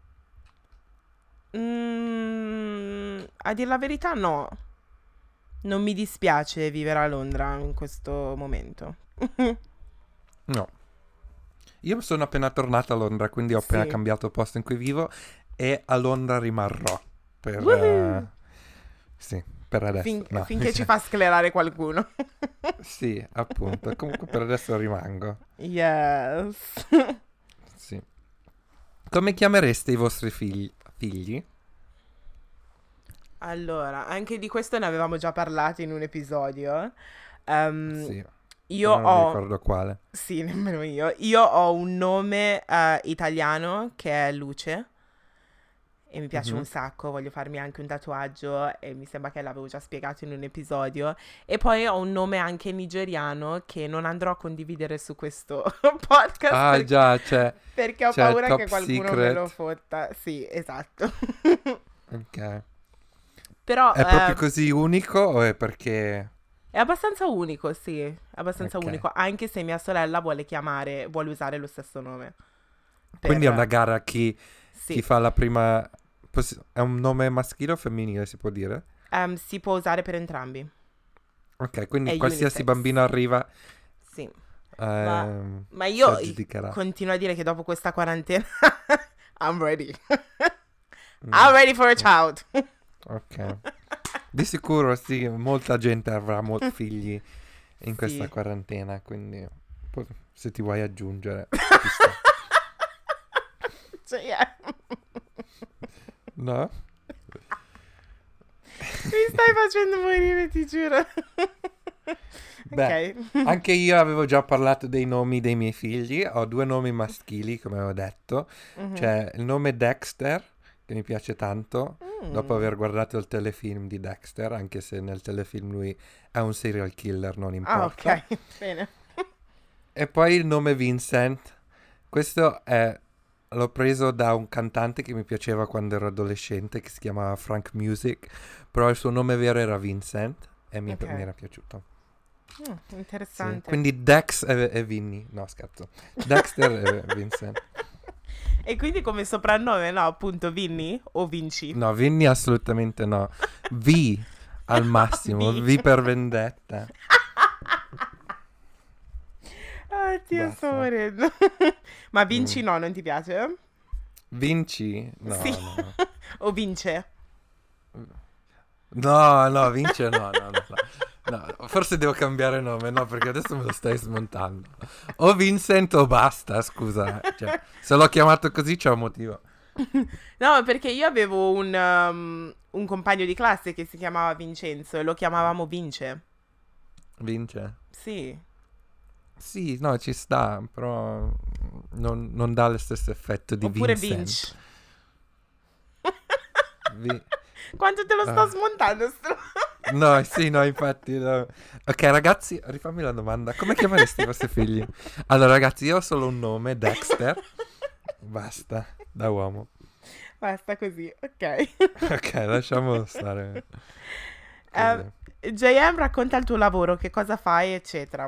Speaker 1: A dir la verità, no. Non mi dispiace vivere a Londra in questo momento.
Speaker 2: No. Io sono appena tornato a Londra, quindi ho appena
Speaker 1: Sì.
Speaker 2: cambiato posto in cui vivo e a Londra rimarrò per...
Speaker 1: Woohoo!
Speaker 2: sì, per adesso. No,
Speaker 1: Finché ci fa sclerare qualcuno.
Speaker 2: sì, appunto. Comunque per adesso rimango.
Speaker 1: Yes.
Speaker 2: Sì. Come chiamereste i vostri figli?
Speaker 1: Allora, anche di questo ne avevamo già parlato in un episodio. Ehm,
Speaker 2: Sì,
Speaker 1: io
Speaker 2: però non mi
Speaker 1: ho...
Speaker 2: ricordo quale.
Speaker 1: Sì, nemmeno io. Io ho un nome italiano che è Luce e mi piace un
Speaker 2: Mhm.
Speaker 1: sacco, voglio farmi anche un tatuaggio e mi sembra che l'avevo già spiegato in un episodio. E poi ho un nome anche nigeriano che non andrò a condividere su questo podcast
Speaker 2: Ah, già,
Speaker 1: perché ho
Speaker 2: c'è
Speaker 1: paura che
Speaker 2: Top
Speaker 1: qualcuno me lo
Speaker 2: Secret.
Speaker 1: fotta. Sì, esatto.
Speaker 2: Ok.
Speaker 1: Però
Speaker 2: È proprio così unico o è perché...
Speaker 1: è abbastanza unico, sì, è abbastanza
Speaker 2: Ok.
Speaker 1: unico, anche se mia sorella vuole usare lo stesso nome.
Speaker 2: Quindi è una
Speaker 1: Per...
Speaker 2: gara chi
Speaker 1: Sì,
Speaker 2: fa la prima... È un nome maschile o femminile, si può dire?
Speaker 1: si può usare per entrambi.
Speaker 2: Ok,
Speaker 1: È
Speaker 2: quindi qualsiasi
Speaker 1: unisex.
Speaker 2: bambino arriva
Speaker 1: Sì, ma, ma
Speaker 2: si
Speaker 1: io
Speaker 2: aggiudicherà.
Speaker 1: continuo a dire che dopo questa quarantena I'm ready. I'm
Speaker 2: Mm,
Speaker 1: ready for a child.
Speaker 2: ok. Di sicuro sì, molta gente avrà figli in questa
Speaker 1: Sì.
Speaker 2: quarantena, quindi se ti vuoi aggiungere, ci sta.
Speaker 1: Cioè, yeah.
Speaker 2: No?
Speaker 1: Mi stai facendo morire, ti giuro.
Speaker 2: Beh,
Speaker 1: Ok.
Speaker 2: anche io avevo già parlato dei nomi dei miei figli. Ho due nomi maschili, come avevo detto.
Speaker 1: Mhm.
Speaker 2: C'è il nome Dexter, che mi piace tanto, dopo
Speaker 1: Mm.
Speaker 2: aver guardato il telefilm di Dexter, anche se nel telefilm lui è un serial killer, non
Speaker 1: Ah,
Speaker 2: importa.
Speaker 1: ok. Bene.
Speaker 2: E poi il nome Vincent. Questo è... L'ho preso da un cantante che mi piaceva quando ero adolescente, che si chiamava Frank Music, però il suo nome vero era Vincent e
Speaker 1: Ok.
Speaker 2: mi era piaciuto. Sì.
Speaker 1: Interessante.
Speaker 2: Quindi Dex e Vinny. No, scherzo. Dexter e Vincent.
Speaker 1: E quindi come soprannome, no, appunto, Vinny o Vinci?
Speaker 2: No, Vinny assolutamente no. V al massimo.
Speaker 1: B.
Speaker 2: V per vendetta.
Speaker 1: Ah, Dio, sto
Speaker 2: Basta.
Speaker 1: morendo. Ma Vinci
Speaker 2: Mm.
Speaker 1: no, non ti piace?
Speaker 2: Vinci?
Speaker 1: Sì.
Speaker 2: No, no.
Speaker 1: O vince?
Speaker 2: No, no, vince no, no, no, no. No, forse devo cambiare nome, no, perché adesso me lo stai smontando. O Vincent o basta, scusa. Cioè, se l'ho chiamato così c'è un motivo.
Speaker 1: No, perché io avevo un compagno di classe che si chiamava Vincenzo e lo chiamavamo Vince.
Speaker 2: Vince?
Speaker 1: Sì.
Speaker 2: Sì, no, ci sta, però non dà lo stesso effetto di
Speaker 1: Oppure
Speaker 2: Vincent.
Speaker 1: Vince.
Speaker 2: Vi-
Speaker 1: Quanto te lo sto
Speaker 2: ah.
Speaker 1: smontando,
Speaker 2: No, sì, no, infatti. No. Ok, ragazzi, rifammi la domanda. Come chiameresti i vostri figli? Allora, ragazzi, io ho solo un nome, Dexter. Basta, da uomo.
Speaker 1: Basta così, ok.
Speaker 2: Ok, lasciamolo stare
Speaker 1: Eh,
Speaker 2: così.
Speaker 1: JM, racconta il tuo lavoro, che cosa fai, eccetera.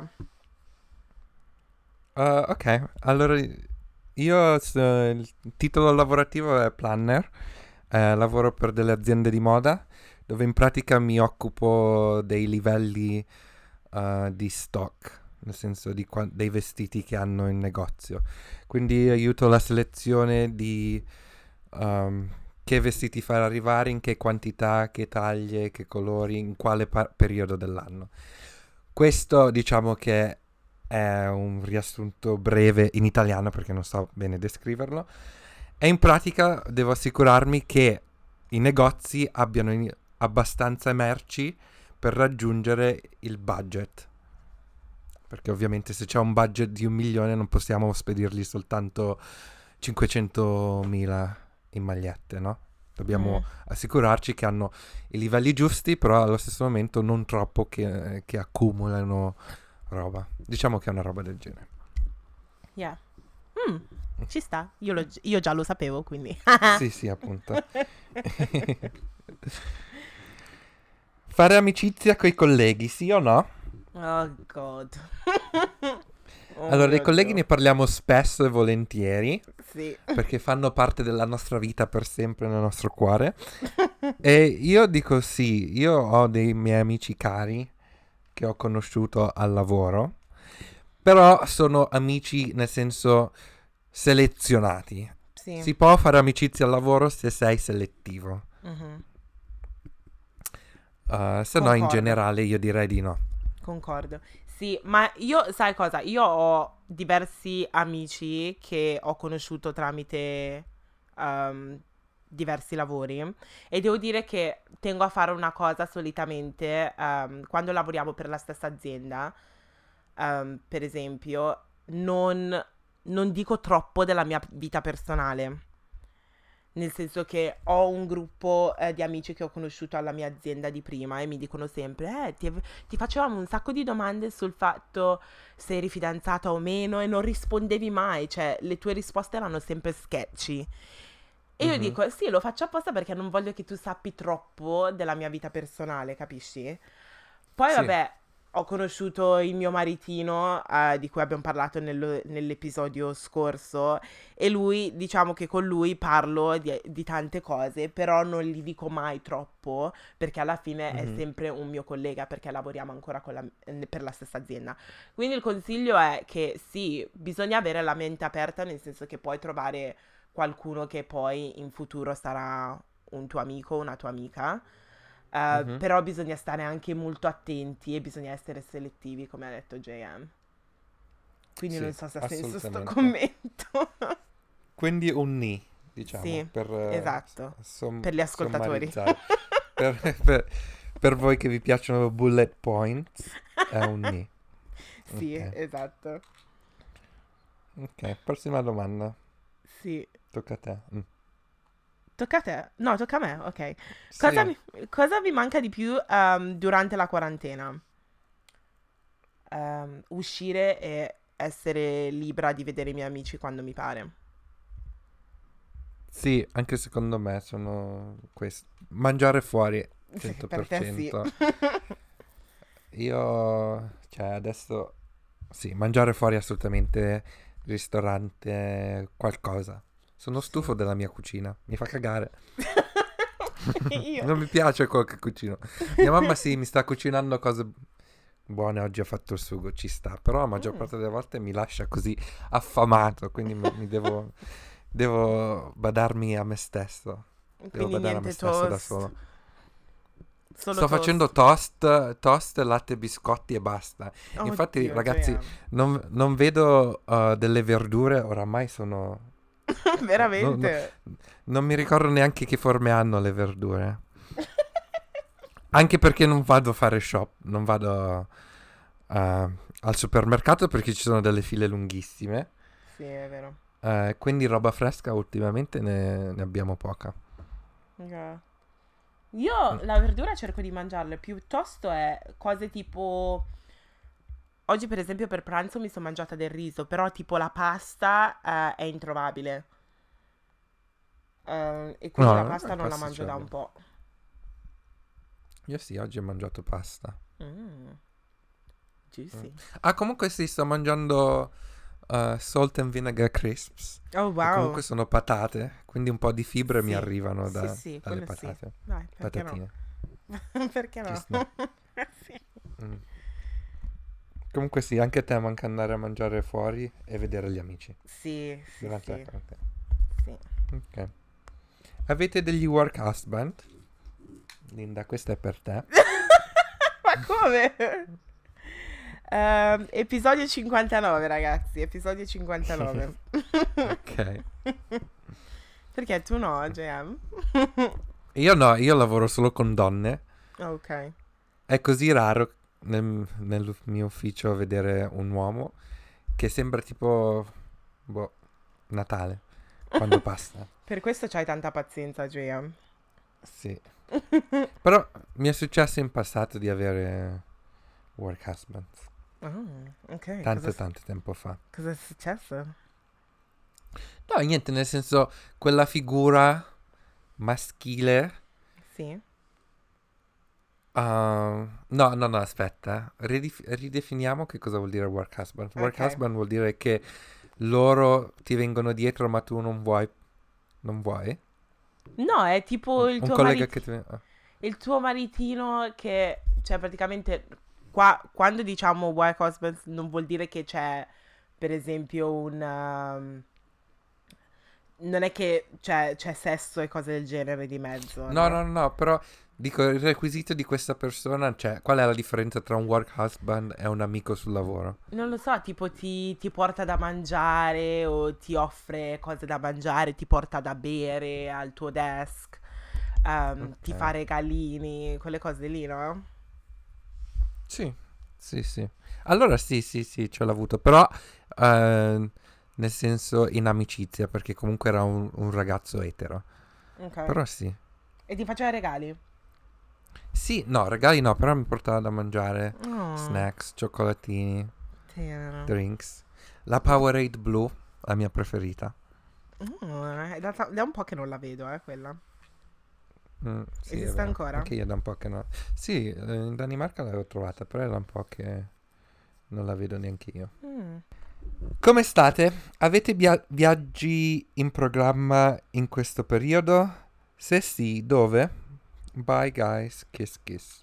Speaker 2: Ok, allora il titolo lavorativo è planner. Lavoro per delle aziende di moda dove in pratica mi occupo dei livelli di stock, nel senso dei vestiti che hanno in negozio. Quindi aiuto la selezione di um, che vestiti far arrivare, in che quantità, che taglie, che colori, in quale periodo dell'anno. Questo diciamo che è un riassunto breve in italiano perché non so bene descriverlo. E in pratica devo assicurarmi che i negozi abbiano abbastanza merci per raggiungere il budget. Perché ovviamente se c'è un budget di 1 milione non possiamo spedirgli soltanto 500.000 in magliette, no? Dobbiamo assicurarci che hanno i livelli giusti, però allo stesso momento non troppo che accumulano roba. Diciamo che è una roba del genere.
Speaker 1: Yeah. Ci sta. Io già lo sapevo, quindi.
Speaker 2: Sì, appunto. Fare amicizia coi colleghi, sì o no?
Speaker 1: Oh God.
Speaker 2: Allora, dei colleghi ne parliamo spesso e volentieri,
Speaker 1: Sì.
Speaker 2: perché fanno parte della nostra vita per sempre nel nostro cuore. E io dico sì, io ho dei miei amici cari che ho conosciuto al lavoro, però sono amici nel senso selezionati.
Speaker 1: Sì.
Speaker 2: Si può fare amicizia al lavoro se sei selettivo. Se no, in
Speaker 1: Concordo.
Speaker 2: generale, io direi di no.
Speaker 1: Concordo. Sì, ma io, sai cosa? Io ho diversi amici che ho conosciuto tramite diversi lavori e devo dire che tengo a fare una cosa solitamente quando lavoriamo per la stessa azienda, per esempio, non dico troppo della mia vita personale. Nel senso che ho un gruppo di amici che ho conosciuto alla mia azienda di prima e mi dicono sempre, ti facevamo un sacco di domande sul fatto se eri fidanzata o meno e non rispondevi mai, cioè le tue risposte erano sempre sketchy. E io dico, sì, lo faccio apposta perché non voglio che tu sappi troppo della mia vita personale, capisci? Poi
Speaker 2: Sì.
Speaker 1: vabbè, ho conosciuto il mio maritino, di cui abbiamo parlato nell'episodio scorso, e lui, diciamo che con lui parlo di tante cose, però non gli dico mai troppo, perché alla fine è sempre un mio collega, perché lavoriamo ancora per la stessa azienda. Quindi il consiglio è che sì, bisogna avere la mente aperta, nel senso che puoi trovare qualcuno che poi in futuro sarà un tuo amico, una tua amica. Però bisogna stare anche molto attenti e bisogna essere selettivi, come ha detto JM. Quindi
Speaker 2: Sì,
Speaker 1: non so se ha senso sto
Speaker 2: assolutamente.
Speaker 1: commento.
Speaker 2: Quindi un ni, diciamo,
Speaker 1: Sì,
Speaker 2: per
Speaker 1: esatto. Per gli ascoltatori.
Speaker 2: sommarizzare. per voi che vi piacciono bullet points, è un ni.
Speaker 1: Sì,
Speaker 2: Ok.
Speaker 1: esatto.
Speaker 2: Ok, prossima domanda.
Speaker 1: Sì.
Speaker 2: Tocca a te.
Speaker 1: Tocca a te? No, tocca a me, ok.
Speaker 2: Sì.
Speaker 1: Cosa vi manca di più durante la quarantena? Uscire e essere libera di vedere i miei amici quando mi pare.
Speaker 2: Sì, anche secondo me sono questo. Mangiare fuori,
Speaker 1: Sì, per te sì.
Speaker 2: 100%. Io, cioè, adesso, sì, mangiare fuori assolutamente, ristorante, qualcosa. Sono stufo della mia cucina, mi fa cagare.
Speaker 1: Io.
Speaker 2: Non mi piace quello che cucino. Mia mamma sì, mi sta cucinando cose buone, oggi ha fatto il sugo, ci sta, però la maggior parte delle volte mi lascia così affamato, quindi devo badarmi a me stesso. Devo
Speaker 1: Quindi
Speaker 2: badare a me
Speaker 1: niente
Speaker 2: stesso da
Speaker 1: toast.
Speaker 2: solo.
Speaker 1: Solo
Speaker 2: Sto
Speaker 1: toast.
Speaker 2: facendo toast, latte, biscotti e basta. Infatti,
Speaker 1: Oddio,
Speaker 2: ragazzi,
Speaker 1: JM.
Speaker 2: non vedo delle verdure, oramai sono...
Speaker 1: Veramente.
Speaker 2: non mi ricordo neanche che forme hanno le verdure. Anche perché non vado a fare shop, non vado al supermercato perché ci sono delle file lunghissime.
Speaker 1: Sì, è vero.
Speaker 2: Quindi roba fresca ultimamente ne abbiamo poca.
Speaker 1: Ok. Io la verdura cerco di mangiarla, piuttosto è cose tipo... Oggi per esempio per pranzo mi sono mangiata del riso, però tipo la pasta è introvabile. E quindi la
Speaker 2: No,
Speaker 1: pasta non la
Speaker 2: pasta
Speaker 1: mangio da un
Speaker 2: c'è.
Speaker 1: po'.
Speaker 2: Io sì, oggi ho mangiato pasta.
Speaker 1: Juicy.
Speaker 2: Ah, comunque sì, sto mangiando salt and vinegar crisps.
Speaker 1: Oh
Speaker 2: Che
Speaker 1: wow.
Speaker 2: comunque sono patate, quindi un po' di fibre mi
Speaker 1: Sì,
Speaker 2: arrivano
Speaker 1: sì, sì,
Speaker 2: dalle
Speaker 1: quello sì.
Speaker 2: patate.
Speaker 1: Dai, perché
Speaker 2: Patatine.
Speaker 1: no? Perché
Speaker 2: Ci
Speaker 1: no?
Speaker 2: sta.
Speaker 1: Sì.
Speaker 2: Mm. Comunque sì, anche a te manca andare a mangiare fuori e vedere gli amici
Speaker 1: Sì, sì,
Speaker 2: durante la
Speaker 1: sì,
Speaker 2: quarantena.
Speaker 1: sì.
Speaker 2: Ok. Avete degli work husband? Linda, questa è per te.
Speaker 1: Ma come? Episodio 59, ragazzi. Episodio 59.
Speaker 2: Ok.
Speaker 1: Perché tu no, JM?
Speaker 2: Io no, io lavoro solo con donne.
Speaker 1: Ok.
Speaker 2: È così raro nel mio ufficio vedere un uomo che sembra tipo, boh, Natale, quando passa.
Speaker 1: Per questo c'hai tanta pazienza, JM.
Speaker 2: Sì. Però mi è successo in passato di avere work husbands.
Speaker 1: Ok.
Speaker 2: Tanto tempo fa.
Speaker 1: Cosa è successo?
Speaker 2: No, niente, nel senso, quella figura maschile.
Speaker 1: Sì.
Speaker 2: No, aspetta. Ridefiniamo che cosa vuol dire work husband. Work
Speaker 1: Ok.
Speaker 2: husband vuol dire che loro ti vengono dietro ma tu non vuoi. Non vuoi?
Speaker 1: No, è tipo
Speaker 2: Un collega che ti...
Speaker 1: il tuo maritino che, cioè praticamente qua, quando diciamo wife husband non vuol dire che c'è, per esempio, non è che c'è sesso e cose del genere di mezzo, no?
Speaker 2: No, però dico il requisito di questa persona, cioè qual è la differenza tra un work husband e un amico sul lavoro?
Speaker 1: Non lo so, tipo ti porta da mangiare o ti offre cose da mangiare, ti porta da bere al tuo desk, ti fa
Speaker 2: Ok.
Speaker 1: regalini, quelle cose lì, no?
Speaker 2: Sì, sì. Allora sì, ce l'ho avuto, però nel senso in amicizia, perché comunque era un ragazzo etero.
Speaker 1: Ok.
Speaker 2: Però sì.
Speaker 1: E ti faceva regali?
Speaker 2: Sì, no, regali no, però mi portava da mangiare
Speaker 1: Oh,
Speaker 2: snacks, cioccolatini,
Speaker 1: tenero.
Speaker 2: drinks. La Powerade blu, la mia preferita.
Speaker 1: Da un po' che non la vedo, quella.
Speaker 2: Sì, è
Speaker 1: Esiste
Speaker 2: vero.
Speaker 1: ancora?
Speaker 2: Anche io da un po' che no. Sì, in Danimarca l'avevo trovata, però è da un po' che non la vedo neanche io.
Speaker 1: Mm.
Speaker 2: Come state? Avete viaggi in programma in questo periodo? Se sì, dove? Bye guys, kiss kiss.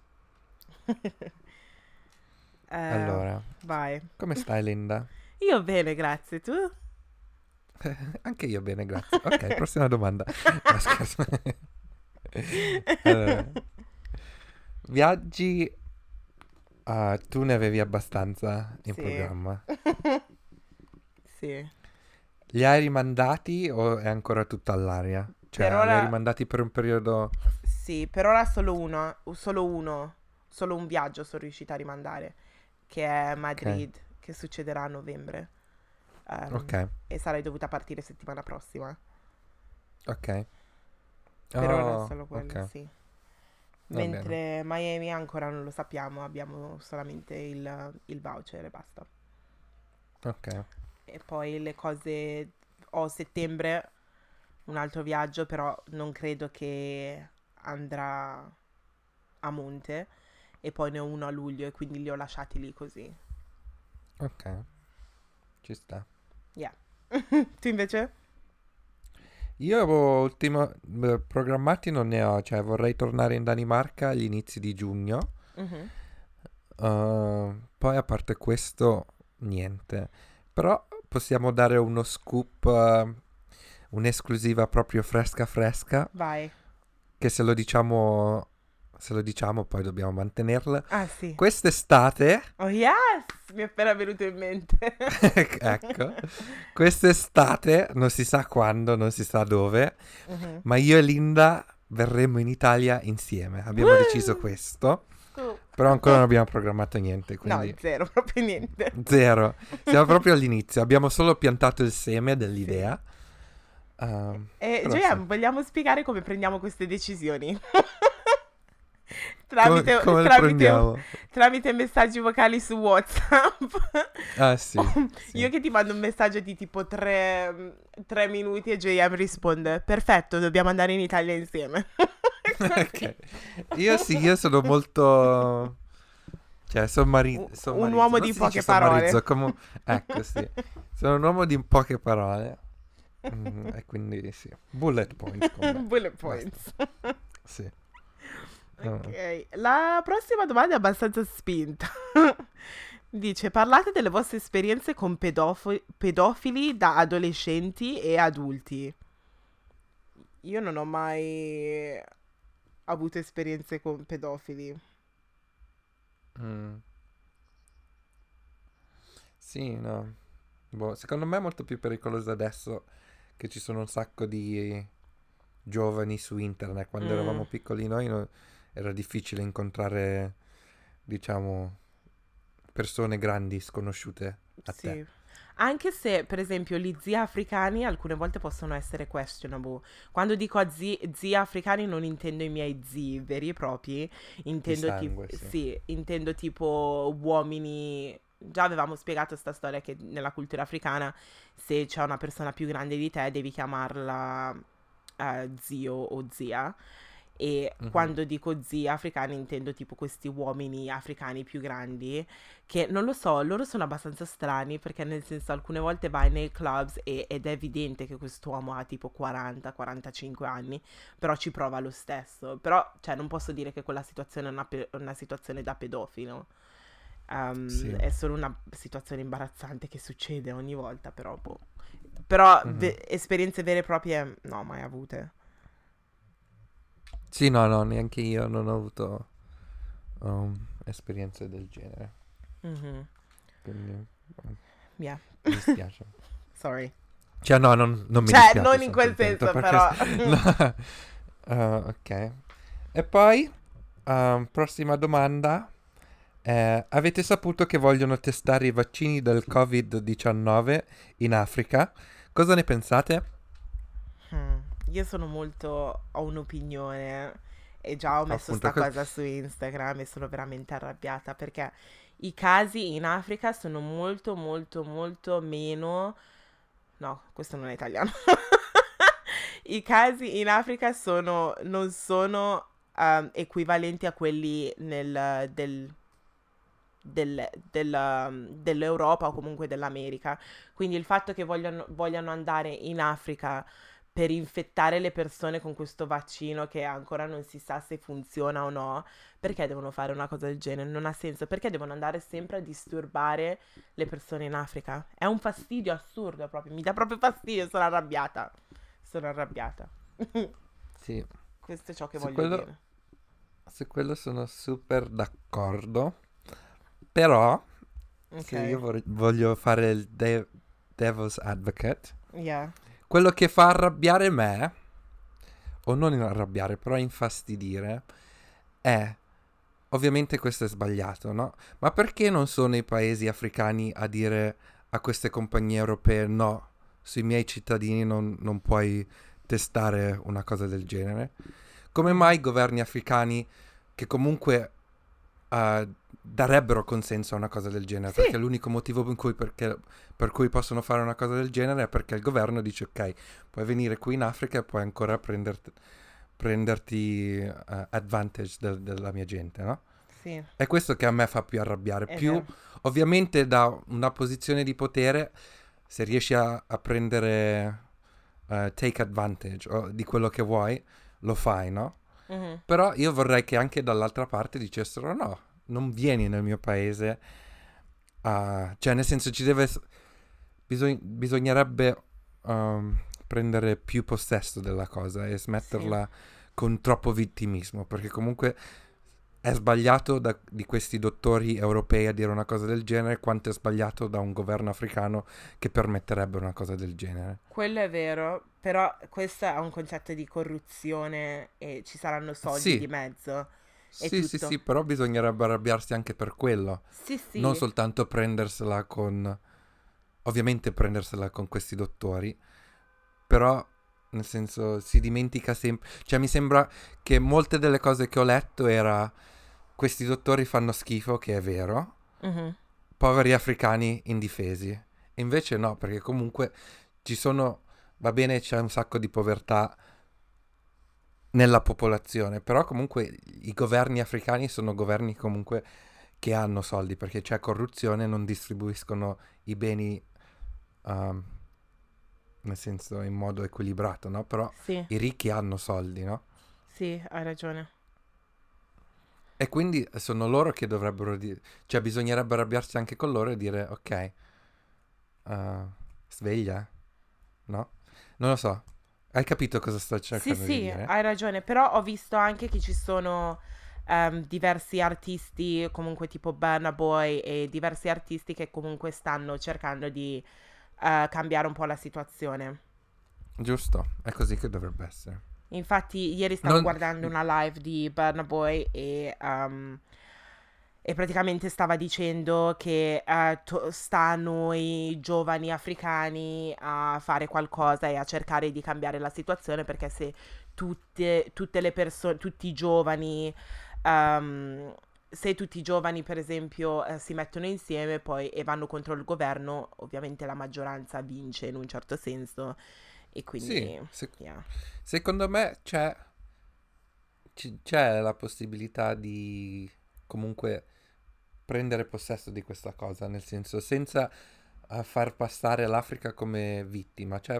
Speaker 1: Eh,
Speaker 2: Allora,
Speaker 1: vai.
Speaker 2: come stai Linda?
Speaker 1: Io bene, grazie. Tu?
Speaker 2: Anche io bene, grazie. Ok, prossima domanda. No, scherzo. Allora, viaggi... Ah, tu ne avevi abbastanza in
Speaker 1: Sì.
Speaker 2: programma.
Speaker 1: Sì.
Speaker 2: Li hai rimandati o è ancora tutto all'aria?
Speaker 1: Per
Speaker 2: Cioè, li hai
Speaker 1: ora,
Speaker 2: rimandati per un periodo...
Speaker 1: sì, per ora solo un viaggio sono riuscita a rimandare, che è
Speaker 2: Ok,
Speaker 1: Madrid, che succederà a novembre.
Speaker 2: ok,
Speaker 1: E sarei dovuta partire settimana prossima.
Speaker 2: ok.
Speaker 1: Per ora è
Speaker 2: Oh,
Speaker 1: solo quello,
Speaker 2: ok,
Speaker 1: sì.
Speaker 2: va bene.
Speaker 1: Mentre Miami ancora non lo sappiamo, abbiamo solamente il voucher e basta.
Speaker 2: Ok,
Speaker 1: E poi le cose... Ho settembre un altro viaggio, però non credo che andrà a monte. E poi ne ho uno a luglio e quindi li ho lasciati lì così.
Speaker 2: ok, ci sta.
Speaker 1: Yeah. Tu invece?
Speaker 2: Io avevo programmati non ne ho, cioè vorrei tornare in Danimarca agli inizi di giugno.
Speaker 1: Mhm.
Speaker 2: Poi a parte questo, niente. Però possiamo dare uno scoop, un'esclusiva proprio fresca fresca,
Speaker 1: Vai.
Speaker 2: che se lo diciamo poi dobbiamo mantenerla.
Speaker 1: Ah sì.
Speaker 2: Quest'estate,
Speaker 1: Oh yes! Mi è appena venuto in mente.
Speaker 2: ecco, quest'estate, non si sa quando, non si sa dove,
Speaker 1: Mhm.
Speaker 2: ma io e Linda verremo in Italia insieme. Abbiamo deciso
Speaker 1: Woo!
Speaker 2: questo,
Speaker 1: Scoop.
Speaker 2: però ancora non abbiamo programmato niente,
Speaker 1: No,
Speaker 2: quindi
Speaker 1: zero, proprio niente.
Speaker 2: zero. Siamo proprio all'inizio, abbiamo solo piantato il seme
Speaker 1: Sì.
Speaker 2: dell'idea.
Speaker 1: E
Speaker 2: Però sì.
Speaker 1: Gioia, vogliamo spiegare come prendiamo queste decisioni?
Speaker 2: Come,
Speaker 1: tramite,
Speaker 2: come lo
Speaker 1: tramite,
Speaker 2: prendiamo?
Speaker 1: tramite messaggi vocali su WhatsApp.
Speaker 2: Ah sì, sì.
Speaker 1: Io che ti mando un messaggio di tipo 3 minuti e JM risponde: Perfetto, dobbiamo andare in Italia insieme. Così.
Speaker 2: Ok. Io sì, io sono molto... Cioè,
Speaker 1: Un
Speaker 2: sommarizzo.
Speaker 1: uomo
Speaker 2: Non
Speaker 1: di
Speaker 2: si dice
Speaker 1: poche
Speaker 2: sommarizzo,
Speaker 1: parole.
Speaker 2: come... Ecco, sì. Sono un uomo di poche parole. E quindi sì. Bullet points con me.
Speaker 1: Bullet
Speaker 2: Basta.
Speaker 1: points.
Speaker 2: Sì. Mm.
Speaker 1: Ok, la prossima domanda è abbastanza spinta. Dice, parlate delle vostre esperienze con pedofili da adolescenti e adulti. Io non ho mai avuto esperienze con pedofili.
Speaker 2: Mm. Sì, no. Boh, secondo me è molto più pericoloso adesso che ci sono un sacco di giovani su internet. Quando eravamo piccoli noi era difficile incontrare, diciamo, persone grandi sconosciute a te.
Speaker 1: Sì. Anche se, per esempio, gli zii africani alcune volte possono essere questionable. Quando dico a zii africani non intendo i miei zii veri e propri,
Speaker 2: Di
Speaker 1: intendo tipo,
Speaker 2: sangue, sì.
Speaker 1: sì, intendo tipo uomini. Già avevamo spiegato sta storia che nella cultura africana, se c'è una persona più grande di te, devi chiamarla zio o zia. E
Speaker 2: Mhm.
Speaker 1: quando dico zii africani intendo tipo questi uomini africani più grandi che non lo so, loro sono abbastanza strani perché nel senso alcune volte vai nei clubs ed è evidente che quest'uomo ha tipo 40-45 anni, però ci prova lo stesso. Però, cioè, non posso dire che quella situazione è una situazione da pedofilo.
Speaker 2: Sì.
Speaker 1: È solo una situazione imbarazzante che succede ogni volta, però boh. Però
Speaker 2: Mhm.
Speaker 1: esperienze vere e proprie no, mai avute.
Speaker 2: Sì, no, no, neanche io non ho avuto esperienze del genere.
Speaker 1: Mhm.
Speaker 2: Quindi
Speaker 1: Yeah.
Speaker 2: mi dispiace.
Speaker 1: Sorry.
Speaker 2: Cioè, no, non mi
Speaker 1: Cioè,
Speaker 2: dispiace,
Speaker 1: non in
Speaker 2: sono
Speaker 1: quel
Speaker 2: contento
Speaker 1: senso,
Speaker 2: perché...
Speaker 1: però.
Speaker 2: no. Ok. E poi, prossima domanda. Avete saputo che vogliono testare i vaccini del Covid-19 in Africa? Cosa ne pensate?
Speaker 1: Hmm. Io sono molto. Ho un'opinione. E già ho messo
Speaker 2: Appunto,
Speaker 1: sta cosa su Instagram e sono veramente arrabbiata perché i casi in Africa sono molto, molto, molto meno. No, questo non è italiano. I casi in Africa non sono equivalenti a quelli dell'Europa o comunque dell'America. Quindi il fatto che vogliano andare in Africa per infettare le persone con questo vaccino che ancora non si sa se funziona o no, perché devono fare una cosa del genere? Non ha senso. Perché devono andare sempre a disturbare le persone in Africa? È un fastidio assurdo proprio. Mi dà proprio fastidio. Sono arrabbiata. Sono arrabbiata.
Speaker 2: sì,
Speaker 1: Questo è ciò che
Speaker 2: su
Speaker 1: voglio
Speaker 2: quello,
Speaker 1: dire.
Speaker 2: su quello sono super d'accordo. Però, se io
Speaker 1: Ok.
Speaker 2: voglio fare il devil's advocate,
Speaker 1: Yeah.
Speaker 2: quello che fa arrabbiare me, o non arrabbiare, però infastidire, è, ovviamente questo è sbagliato, no? Ma perché non sono i paesi africani a dire a queste compagnie europee no, sui miei cittadini non puoi testare una cosa del genere? Come mai
Speaker 1: Mhm.
Speaker 2: i governi africani che comunque darebbero consenso a una cosa del genere? Perché
Speaker 1: Sì.
Speaker 2: l'unico motivo per cui possono fare una cosa del genere è perché il governo dice ok, puoi venire qui in Africa e puoi ancora prenderti advantage della mia gente, no?
Speaker 1: Sì.
Speaker 2: È questo che a me fa più arrabbiare.
Speaker 1: È
Speaker 2: Più,
Speaker 1: vero.
Speaker 2: ovviamente, da una posizione di potere, se riesci a prendere take advantage di quello che vuoi, lo fai, no?
Speaker 1: Mhm.
Speaker 2: Però io vorrei che anche dall'altra parte dicessero no, non vieni nel mio paese. Cioè, nel senso, bisognerebbe prendere più possesso della cosa e
Speaker 1: Sì.
Speaker 2: smetterla con troppo vittimismo, perché comunque è sbagliato di questi dottori europei a dire una cosa del genere, quanto è sbagliato da un governo africano che permetterebbe una cosa del genere.
Speaker 1: Quello è vero, però questo è un concetto di corruzione e ci saranno soldi di
Speaker 2: Sì,
Speaker 1: mezzo e
Speaker 2: sì, sì,
Speaker 1: tutto.
Speaker 2: sì, però bisognerebbe arrabbiarsi anche per quello,
Speaker 1: Sì,
Speaker 2: non
Speaker 1: sì,
Speaker 2: soltanto prendersela con, ovviamente prendersela con questi dottori, però nel senso si dimentica sempre, cioè mi sembra che molte delle cose che ho letto era questi dottori fanno schifo, che è vero,
Speaker 1: mhm,
Speaker 2: poveri africani indifesi. E invece no, perché comunque ci sono, va bene, c'è un sacco di povertà nella popolazione, però comunque i governi africani sono governi comunque che hanno soldi, perché c'è corruzione, non distribuiscono i beni, um, nel senso in modo equilibrato, no? Però
Speaker 1: sì,
Speaker 2: i ricchi hanno soldi, no?
Speaker 1: sì, hai ragione.
Speaker 2: E quindi sono loro che dovrebbero dire, cioè bisognerebbe arrabbiarsi anche con loro e dire ok, sveglia, no? Non lo so. Hai capito cosa sto
Speaker 1: Sì,
Speaker 2: cercando di
Speaker 1: sì,
Speaker 2: dire?
Speaker 1: hai ragione, però ho visto anche che ci sono diversi artisti, comunque tipo Burna Boy e diversi artisti che comunque stanno cercando di cambiare un po' la situazione.
Speaker 2: Giusto, è così che dovrebbe essere.
Speaker 1: Infatti ieri stavo
Speaker 2: Non...
Speaker 1: guardando una live di Burna Boy e praticamente stava dicendo che sta a noi giovani africani a fare qualcosa e a cercare di cambiare la situazione, perché se tutte le persone, tutti i giovani, se tutti i giovani per esempio si mettono insieme poi e vanno contro il governo, ovviamente la maggioranza vince in un certo senso e
Speaker 2: Sì,
Speaker 1: quindi, yeah.
Speaker 2: secondo me c'è la possibilità di comunque prendere possesso di questa cosa, nel senso senza far passare l'Africa come vittima, cioè,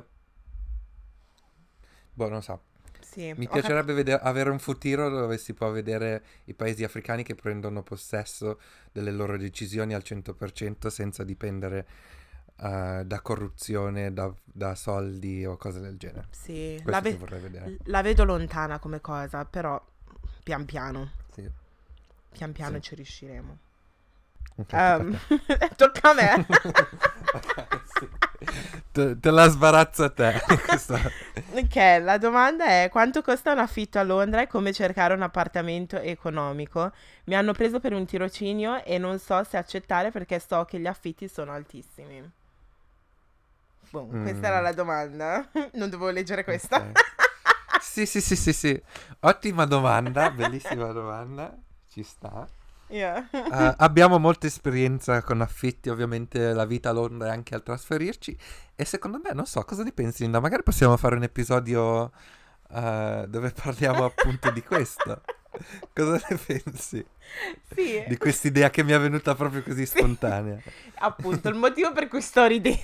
Speaker 2: boh, non so.
Speaker 1: Sì,
Speaker 2: Mi
Speaker 1: ho capito.
Speaker 2: piacerebbe avere un futuro dove si può vedere i paesi africani che prendono possesso delle loro decisioni al 100% senza dipendere da corruzione, da soldi o cose del genere.
Speaker 1: Sì,
Speaker 2: Questo che vorrei vedere.
Speaker 1: la vedo lontana come cosa, però pian piano,
Speaker 2: Sì,
Speaker 1: pian piano
Speaker 2: sì.
Speaker 1: ci riusciremo.
Speaker 2: Ok, tocca a te.
Speaker 1: Tocca a me.
Speaker 2: Ok, sì. Te la sbarazzo a te. questa.
Speaker 1: Ok, la domanda è: quanto costa un affitto a Londra e come cercare un appartamento economico? Mi hanno preso per un tirocinio e non so se accettare perché so che gli affitti sono altissimi. Boh, questa era
Speaker 2: Mm,
Speaker 1: la domanda. Non dovevo leggere questa.
Speaker 2: ok. Sì, sì, sì, sì, sì. Ottima domanda, bellissima domanda. Ci sta.
Speaker 1: Yeah.
Speaker 2: Abbiamo molta esperienza con affitti, ovviamente la vita a Londra e anche al trasferirci. E secondo me, non so, cosa ne pensi, Linda? Magari possiamo fare un episodio dove parliamo appunto di questo. Cosa ne pensi?
Speaker 1: Sì,
Speaker 2: Di quest'idea che mi è venuta proprio così
Speaker 1: sì.
Speaker 2: spontanea.
Speaker 1: Appunto, il motivo per cui sto ridendo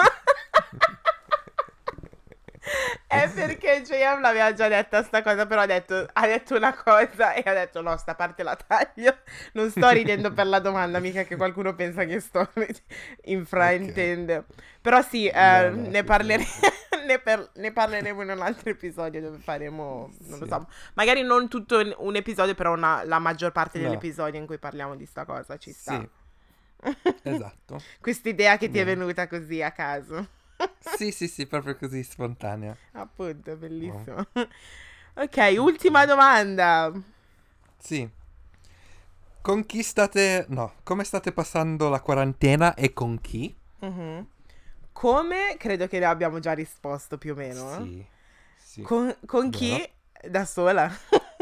Speaker 1: è perché JM l'aveva già detta sta cosa, però ha detto una cosa e ha detto no, sta parte la taglio. Non sto ridendo per la domanda, mica che qualcuno pensa che sto
Speaker 2: Ok.
Speaker 1: infraintende. Però sì,
Speaker 2: No, no, assolutamente.
Speaker 1: ne parleremo in un altro episodio dove faremo, non lo
Speaker 2: Sì.
Speaker 1: so, magari non tutto un episodio, però la maggior parte
Speaker 2: No,
Speaker 1: dell'episodio in cui parliamo di sta cosa ci sta.
Speaker 2: sì, esatto.
Speaker 1: Quest'idea che ti è
Speaker 2: Bene.
Speaker 1: venuta così a caso.
Speaker 2: Sì, sì, sì, proprio così spontanea.
Speaker 1: Appunto,
Speaker 2: Wow.
Speaker 1: bellissimo. Ok, ultima domanda.
Speaker 2: Sì. Con chi state... No, come state passando la quarantena e con chi?
Speaker 1: Mhm. Come? Credo che ne abbiamo già risposto più o meno.
Speaker 2: Sì, sì,
Speaker 1: Con chi?
Speaker 2: vero.
Speaker 1: Da sola.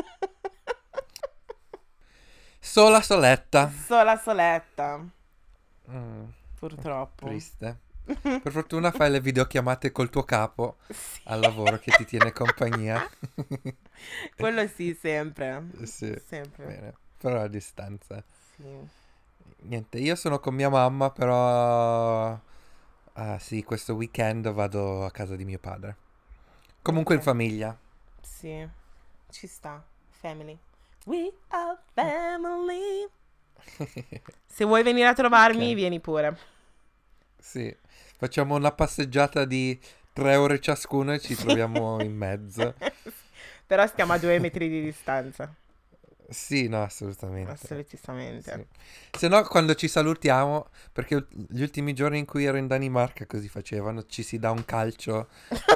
Speaker 2: Sola soletta.
Speaker 1: Sola soletta,
Speaker 2: Mm,
Speaker 1: purtroppo.
Speaker 2: triste. Per fortuna fai le videochiamate col tuo capo
Speaker 1: Sì.
Speaker 2: al lavoro che ti tiene compagnia.
Speaker 1: Quello sì, sempre.
Speaker 2: Sì,
Speaker 1: Sempre.
Speaker 2: bene, però a distanza.
Speaker 1: Sì.
Speaker 2: Niente, io sono con mia mamma, però... Ah sì, questo weekend vado a casa di mio padre. Comunque in
Speaker 1: Ok.
Speaker 2: famiglia.
Speaker 1: Sì. Ci sta. Family. We are family. Se vuoi venire a trovarmi,
Speaker 2: Ok,
Speaker 1: vieni pure.
Speaker 2: sì. Facciamo una passeggiata di 3 ore ciascuno e ci troviamo in mezzo.
Speaker 1: Però stiamo a 2 metri di distanza.
Speaker 2: Sì, no, assolutamente.
Speaker 1: Assolutamente.
Speaker 2: Sì. Se no, quando ci salutiamo, perché gli ultimi giorni in cui ero in Danimarca così facevano, ci si dà un calcio,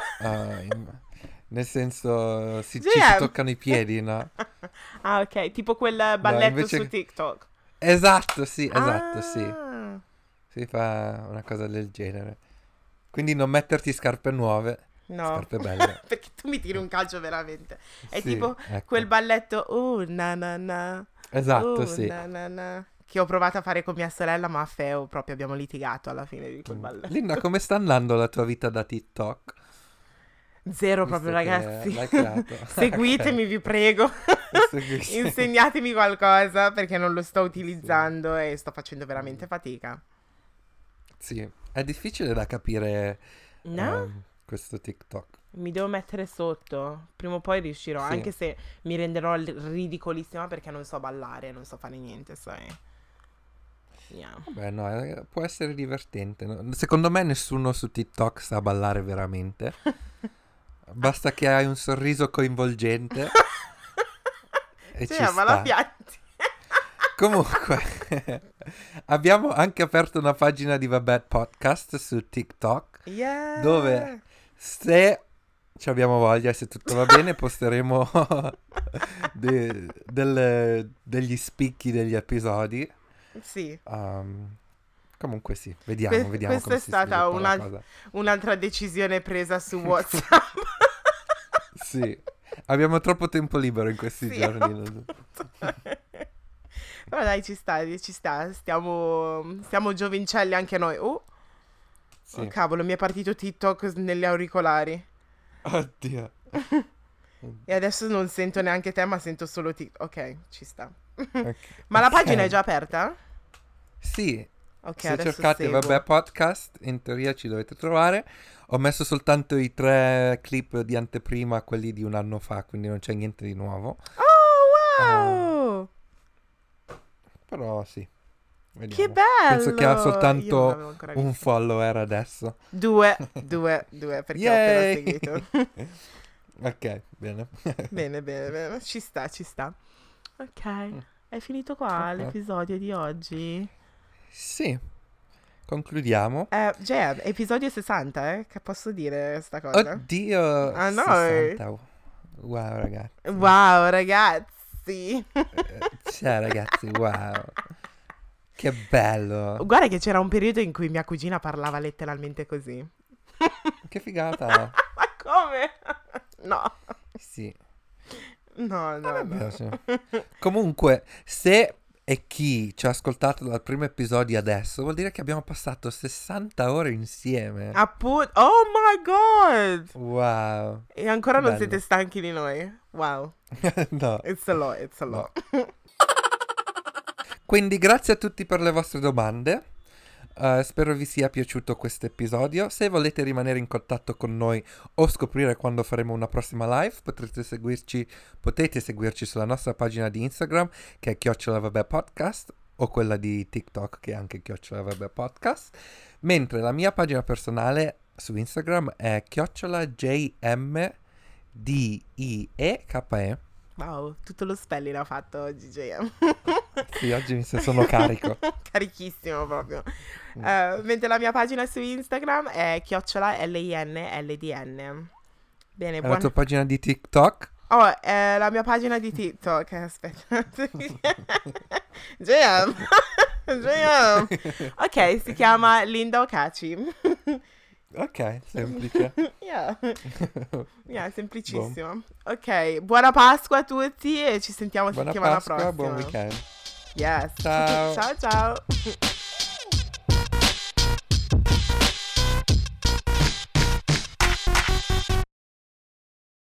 Speaker 2: nel senso ci si
Speaker 1: GM.
Speaker 2: toccano i piedi, no?
Speaker 1: Ah, ok. Tipo quel
Speaker 2: No,
Speaker 1: balletto su
Speaker 2: invece...
Speaker 1: TikTok.
Speaker 2: Esatto, sì.
Speaker 1: Ah,
Speaker 2: Si fa una cosa del genere. Quindi non metterti scarpe nuove,
Speaker 1: no.
Speaker 2: scarpe belle.
Speaker 1: Perché tu mi tiri un calcio veramente. È
Speaker 2: Sì,
Speaker 1: tipo quel
Speaker 2: ecco.
Speaker 1: balletto. Na na na.
Speaker 2: Esatto, sì.
Speaker 1: Na na na. Che ho provato a fare con mia sorella, ma a Feo proprio abbiamo litigato alla fine di quel
Speaker 2: Linda,
Speaker 1: balletto.
Speaker 2: come sta andando la tua vita da TikTok?
Speaker 1: Zero proprio,
Speaker 2: Visto che
Speaker 1: ragazzi.
Speaker 2: l'hai creato. Ok.
Speaker 1: Seguitemi, vi prego.
Speaker 2: Seguisci.
Speaker 1: Insegnatemi qualcosa perché non lo sto
Speaker 2: Sì.
Speaker 1: utilizzando e sto facendo
Speaker 2: Mm.
Speaker 1: veramente fatica.
Speaker 2: Sì, è difficile da capire
Speaker 1: No?
Speaker 2: questo TikTok.
Speaker 1: Mi devo mettere sotto. Prima o poi riuscirò,
Speaker 2: Sì,
Speaker 1: anche se mi renderò ridicolissima perché non so ballare, non so fare niente, sai. Yeah.
Speaker 2: vabbè, no, può essere divertente. Secondo me nessuno su TikTok sa ballare veramente. Basta che hai un sorriso coinvolgente e ci
Speaker 1: Cioè, ma la
Speaker 2: sta.
Speaker 1: pianti.
Speaker 2: Comunque, abbiamo anche aperto una pagina di Vabbè Podcast su TikTok, dove
Speaker 1: Yeah.
Speaker 2: se ci abbiamo voglia e se tutto va bene posteremo degli spicchi degli episodi.
Speaker 1: Sì.
Speaker 2: Comunque sì, vediamo
Speaker 1: Questa
Speaker 2: come
Speaker 1: è
Speaker 2: si
Speaker 1: stata
Speaker 2: sviluppa la cosa.
Speaker 1: un'altra decisione presa su WhatsApp.
Speaker 2: Sì, abbiamo troppo tempo libero in questi
Speaker 1: Sì,
Speaker 2: giorni.
Speaker 1: però dai, ci sta. Stiamo giovincelli anche noi. Oh
Speaker 2: Sì.
Speaker 1: cavolo, mi è partito TikTok negli auricolari.
Speaker 2: Oddio.
Speaker 1: E adesso non sento neanche te, ma sento solo TikTok. Ok, ci sta.
Speaker 2: Ok.
Speaker 1: Ma la
Speaker 2: Ok.
Speaker 1: pagina è già aperta?
Speaker 2: Sì,
Speaker 1: Ok,
Speaker 2: se
Speaker 1: adesso
Speaker 2: cercate
Speaker 1: seguo.
Speaker 2: Vabbè Podcast, in teoria ci dovete trovare. Ho messo soltanto i 3 clip di anteprima, quelli di un anno fa, quindi non c'è niente di nuovo.
Speaker 1: Oh, wow!
Speaker 2: Però sì, vediamo.
Speaker 1: Che bello!
Speaker 2: Penso che ha
Speaker 1: Io non
Speaker 2: soltanto
Speaker 1: l'avevo ancora
Speaker 2: un
Speaker 1: visto.
Speaker 2: follower adesso.
Speaker 1: Due, perché ho appena
Speaker 2: Yay!
Speaker 1: seguito.
Speaker 2: Ok, bene.
Speaker 1: Bene. Ci sta. Ok, è finito qua
Speaker 2: Ok.
Speaker 1: l'episodio di oggi.
Speaker 2: Sì, concludiamo.
Speaker 1: JM, episodio 60, che posso dire sta cosa?
Speaker 2: Oddio,
Speaker 1: Ah no!
Speaker 2: 60. Wow, ragazzi.
Speaker 1: Wow, ragazzi!
Speaker 2: Ciao ragazzi, wow. Che bello.
Speaker 1: Guarda che c'era un periodo in cui mia cugina parlava letteralmente così.
Speaker 2: Che figata.
Speaker 1: Ma come? No.
Speaker 2: Sì.
Speaker 1: No.
Speaker 2: Vabbè, sì. Comunque, se e chi ci ha ascoltato dal primo episodio adesso, vuol dire che abbiamo passato 60 ore insieme.
Speaker 1: Appunto. Oh my god!
Speaker 2: Wow.
Speaker 1: E ancora non
Speaker 2: Bello.
Speaker 1: siete stanchi di noi? Wow.
Speaker 2: No.
Speaker 1: It's a lot.
Speaker 2: Quindi grazie a tutti per le vostre domande. Spero vi sia piaciuto questo episodio. Se volete rimanere in contatto con noi o scoprire quando faremo una prossima live, potete seguirci sulla nostra pagina di Instagram, che è @vabbèpodcast, o quella di TikTok, che è anche @vabbèpodcast. Mentre la mia pagina personale su Instagram è @JMDIEKE.
Speaker 1: Wow, tutto lo spelling ha fatto oggi, JM.
Speaker 2: Sì, oggi mi sono carico.
Speaker 1: Carichissimo proprio. Mentre la mia pagina su Instagram è @LINLDN. Bene,
Speaker 2: E la tua pagina di TikTok?
Speaker 1: Oh, è la mia pagina di TikTok. Aspetta. JM. Ok, si chiama Linda Okachi.
Speaker 2: Ok, semplice.
Speaker 1: Yeah, semplicissimo. Ok, buona Pasqua a tutti e ci sentiamo
Speaker 2: Buona
Speaker 1: settimana
Speaker 2: Pasqua,
Speaker 1: prossima.
Speaker 2: buon weekend.
Speaker 1: Yes.
Speaker 2: Ciao.
Speaker 1: Ciao.